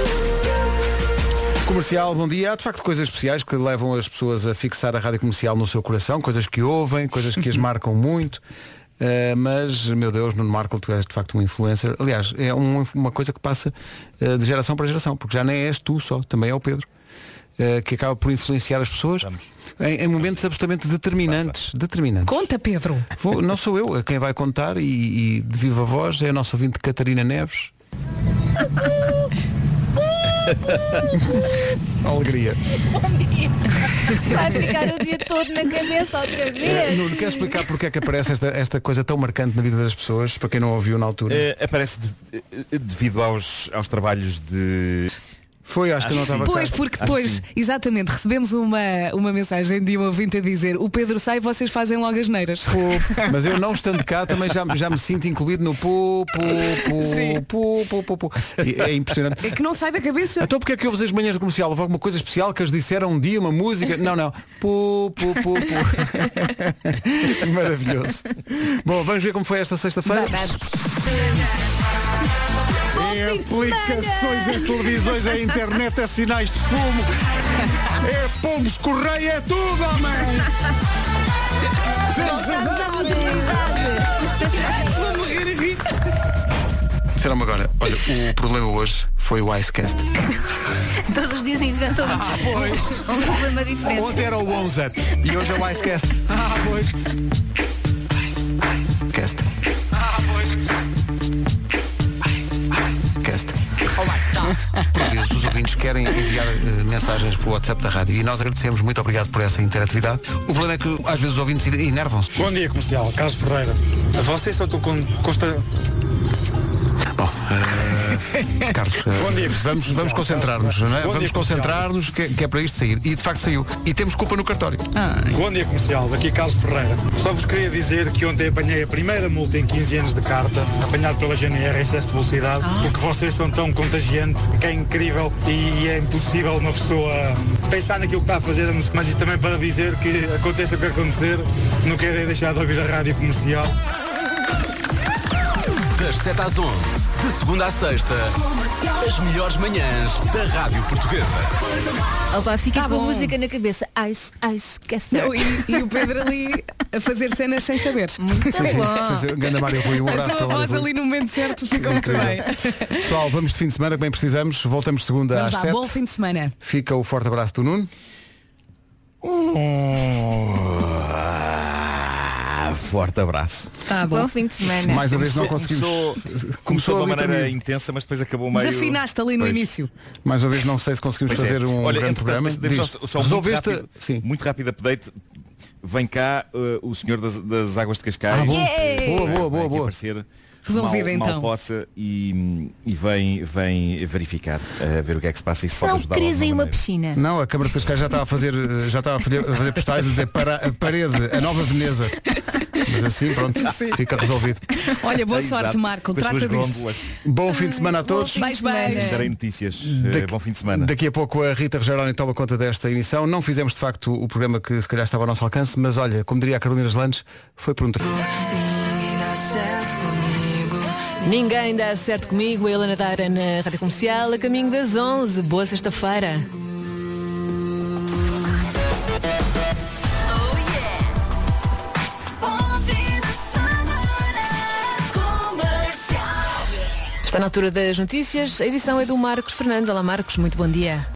Comercial, bom dia. Há de facto coisas especiais que levam as pessoas a fixar a rádio comercial no seu coração, coisas que ouvem, coisas que as marcam muito. Uh, mas, meu Deus, Nuno Marco, tu és de facto um influencer. Aliás, é um- uma coisa que passa uh, de geração para geração, porque já nem és tu só, também é o Pedro, uh, que acaba por influenciar as pessoas em, em momentos absolutamente determinantes. determinantes.
Conta, Pedro.
Vou- não sou eu quem vai contar e, e de viva voz é a nossa ouvinte Catarina Neves. Alegria.
Vai ficar o dia todo na cabeça outra
Eh,
vez.
Nuno, quer explicar porque é que aparece esta, esta coisa tão marcante na vida das pessoas, para quem não ouviu na altura?
Eh, aparece de- eh, devido aos, aos trabalhos de
Foi, acho, acho que não estava cá.
Pois, porque depois, exatamente, recebemos uma, uma mensagem de um ouvinte a dizer o Pedro sai e vocês fazem logo as neiras.
Pô, mas eu não estando cá também já, já me sinto incluído no pô, pô, pô, pô, pô, pô, pô. É impressionante.
É que não sai da cabeça.
Então porque é que eu as manhãs do comercial? Houve alguma coisa especial que eles disseram um dia, uma música? Não, não. Pô, pô, pô, pô. Maravilhoso. Bom, vamos ver como foi esta sexta-feira. É aplicações, é televisões, é internet, é sinais de fumo, é pombos, correio, é tudo, homem! Disseram-me agora, olha, o problema hoje foi o Icecast.
Todos os dias inventam
ah, pois.
um problema diferente.
Ontem era o Onza e hoje é o Icecast. Ah, pois. Icecast. Ah, pois. Por vezes os ouvintes querem enviar uh, mensagens para o WhatsApp da rádio e nós agradecemos, muito obrigado por essa interatividade. O problema é que às vezes os ouvintes enervam-se.
Bom dia, comercial, Carlos Ferreira. Vocês só estão com consta...
Bom, uh, Carlos, uh, Bom dia, vamos, vamos concentrar-nos, não é? Vamos concentrar-nos que, que é para isto sair. E de facto saiu. E temos culpa no cartório.
Ah. Bom dia, comercial. Daqui Carlos Ferreira. Só vos queria dizer que ontem apanhei a primeira multa em quinze anos de carta, apanhado pela G N R, excesso de velocidade, ah. porque vocês são tão contagiantes que é incrível e é impossível uma pessoa pensar naquilo que está a fazer, mas isto também para dizer que aconteça o que acontecer, não querem deixar de ouvir a rádio comercial.
Das sete às onze, de segunda à sexta, as melhores manhãs da Rádio Portuguesa.
Opa, fica
tá
com
bom.
a música na cabeça. Ice, Ice, Caster.
Não, e, e o Pedro ali a fazer cenas sem saber.
Muito bom.
Ganda Mário Rui, um
A
abraço
tua
para o
voz
Mário
ali no momento certo ficou muito bem.
Pessoal, vamos de fim de semana, que bem precisamos. Voltamos segunda
Vamos
às
lá,
sete.
bom fim de semana.
Fica o forte abraço do Nuno.
Forte abraço.
Tá bom.
Bom fim de semana.
Mais uma vez não
Começou,
conseguimos.
começou, começou de uma maneira
também.
intensa, mas depois acabou meio.
Desafinaste ali no
Pois.
início.
Mais uma vez não sei se conseguimos
Pois
fazer
é.
um
Olha,
grande programa.
deixa- deixa
Diz,
só, só muito
resolveste.
rápido,
Sim.
muito rápido update. Vem cá uh, o senhor das, das Águas de Cascais.
Ah, bom.
Yeah!
Boa, boa,
Vem
boa,
aqui
boa.
aparecer.
Resolvido,
mal,
então.
mal possa e, e vem, vem verificar, uh, ver o que é que se passa e se pode
Não
ajudar.
querias
de
aí
alguma
uma
maneira.
piscina.
Não, a Câmara de Cascais já está a fazer, eh, já está a fazer, a fazer postais a dizer para a parede, a nova Veneza. Mas assim, pronto, fica resolvido.
Olha, boa
É,
sorte,
exato.
Marco.
Com as
Trata
suas
disso.
gôndolas.
Bom fim de semana a todos.
Bom fim de semana.
Darei notícias. Uh,
Daqui-
bom fim de semana.
Daqui a pouco a Rita Rogeroni toma conta desta emissão. Não fizemos de facto o programa que se calhar estava ao nosso alcance, mas olha, como diria a Carolina Landes, foi por um treino.
Ninguém dá certo comigo, a Helena Dara na Rádio Comercial, a caminho das onze. Boa sexta-feira. Está na altura das notícias, a edição é do Marcos Fernandes. Olá Marcos, muito bom dia.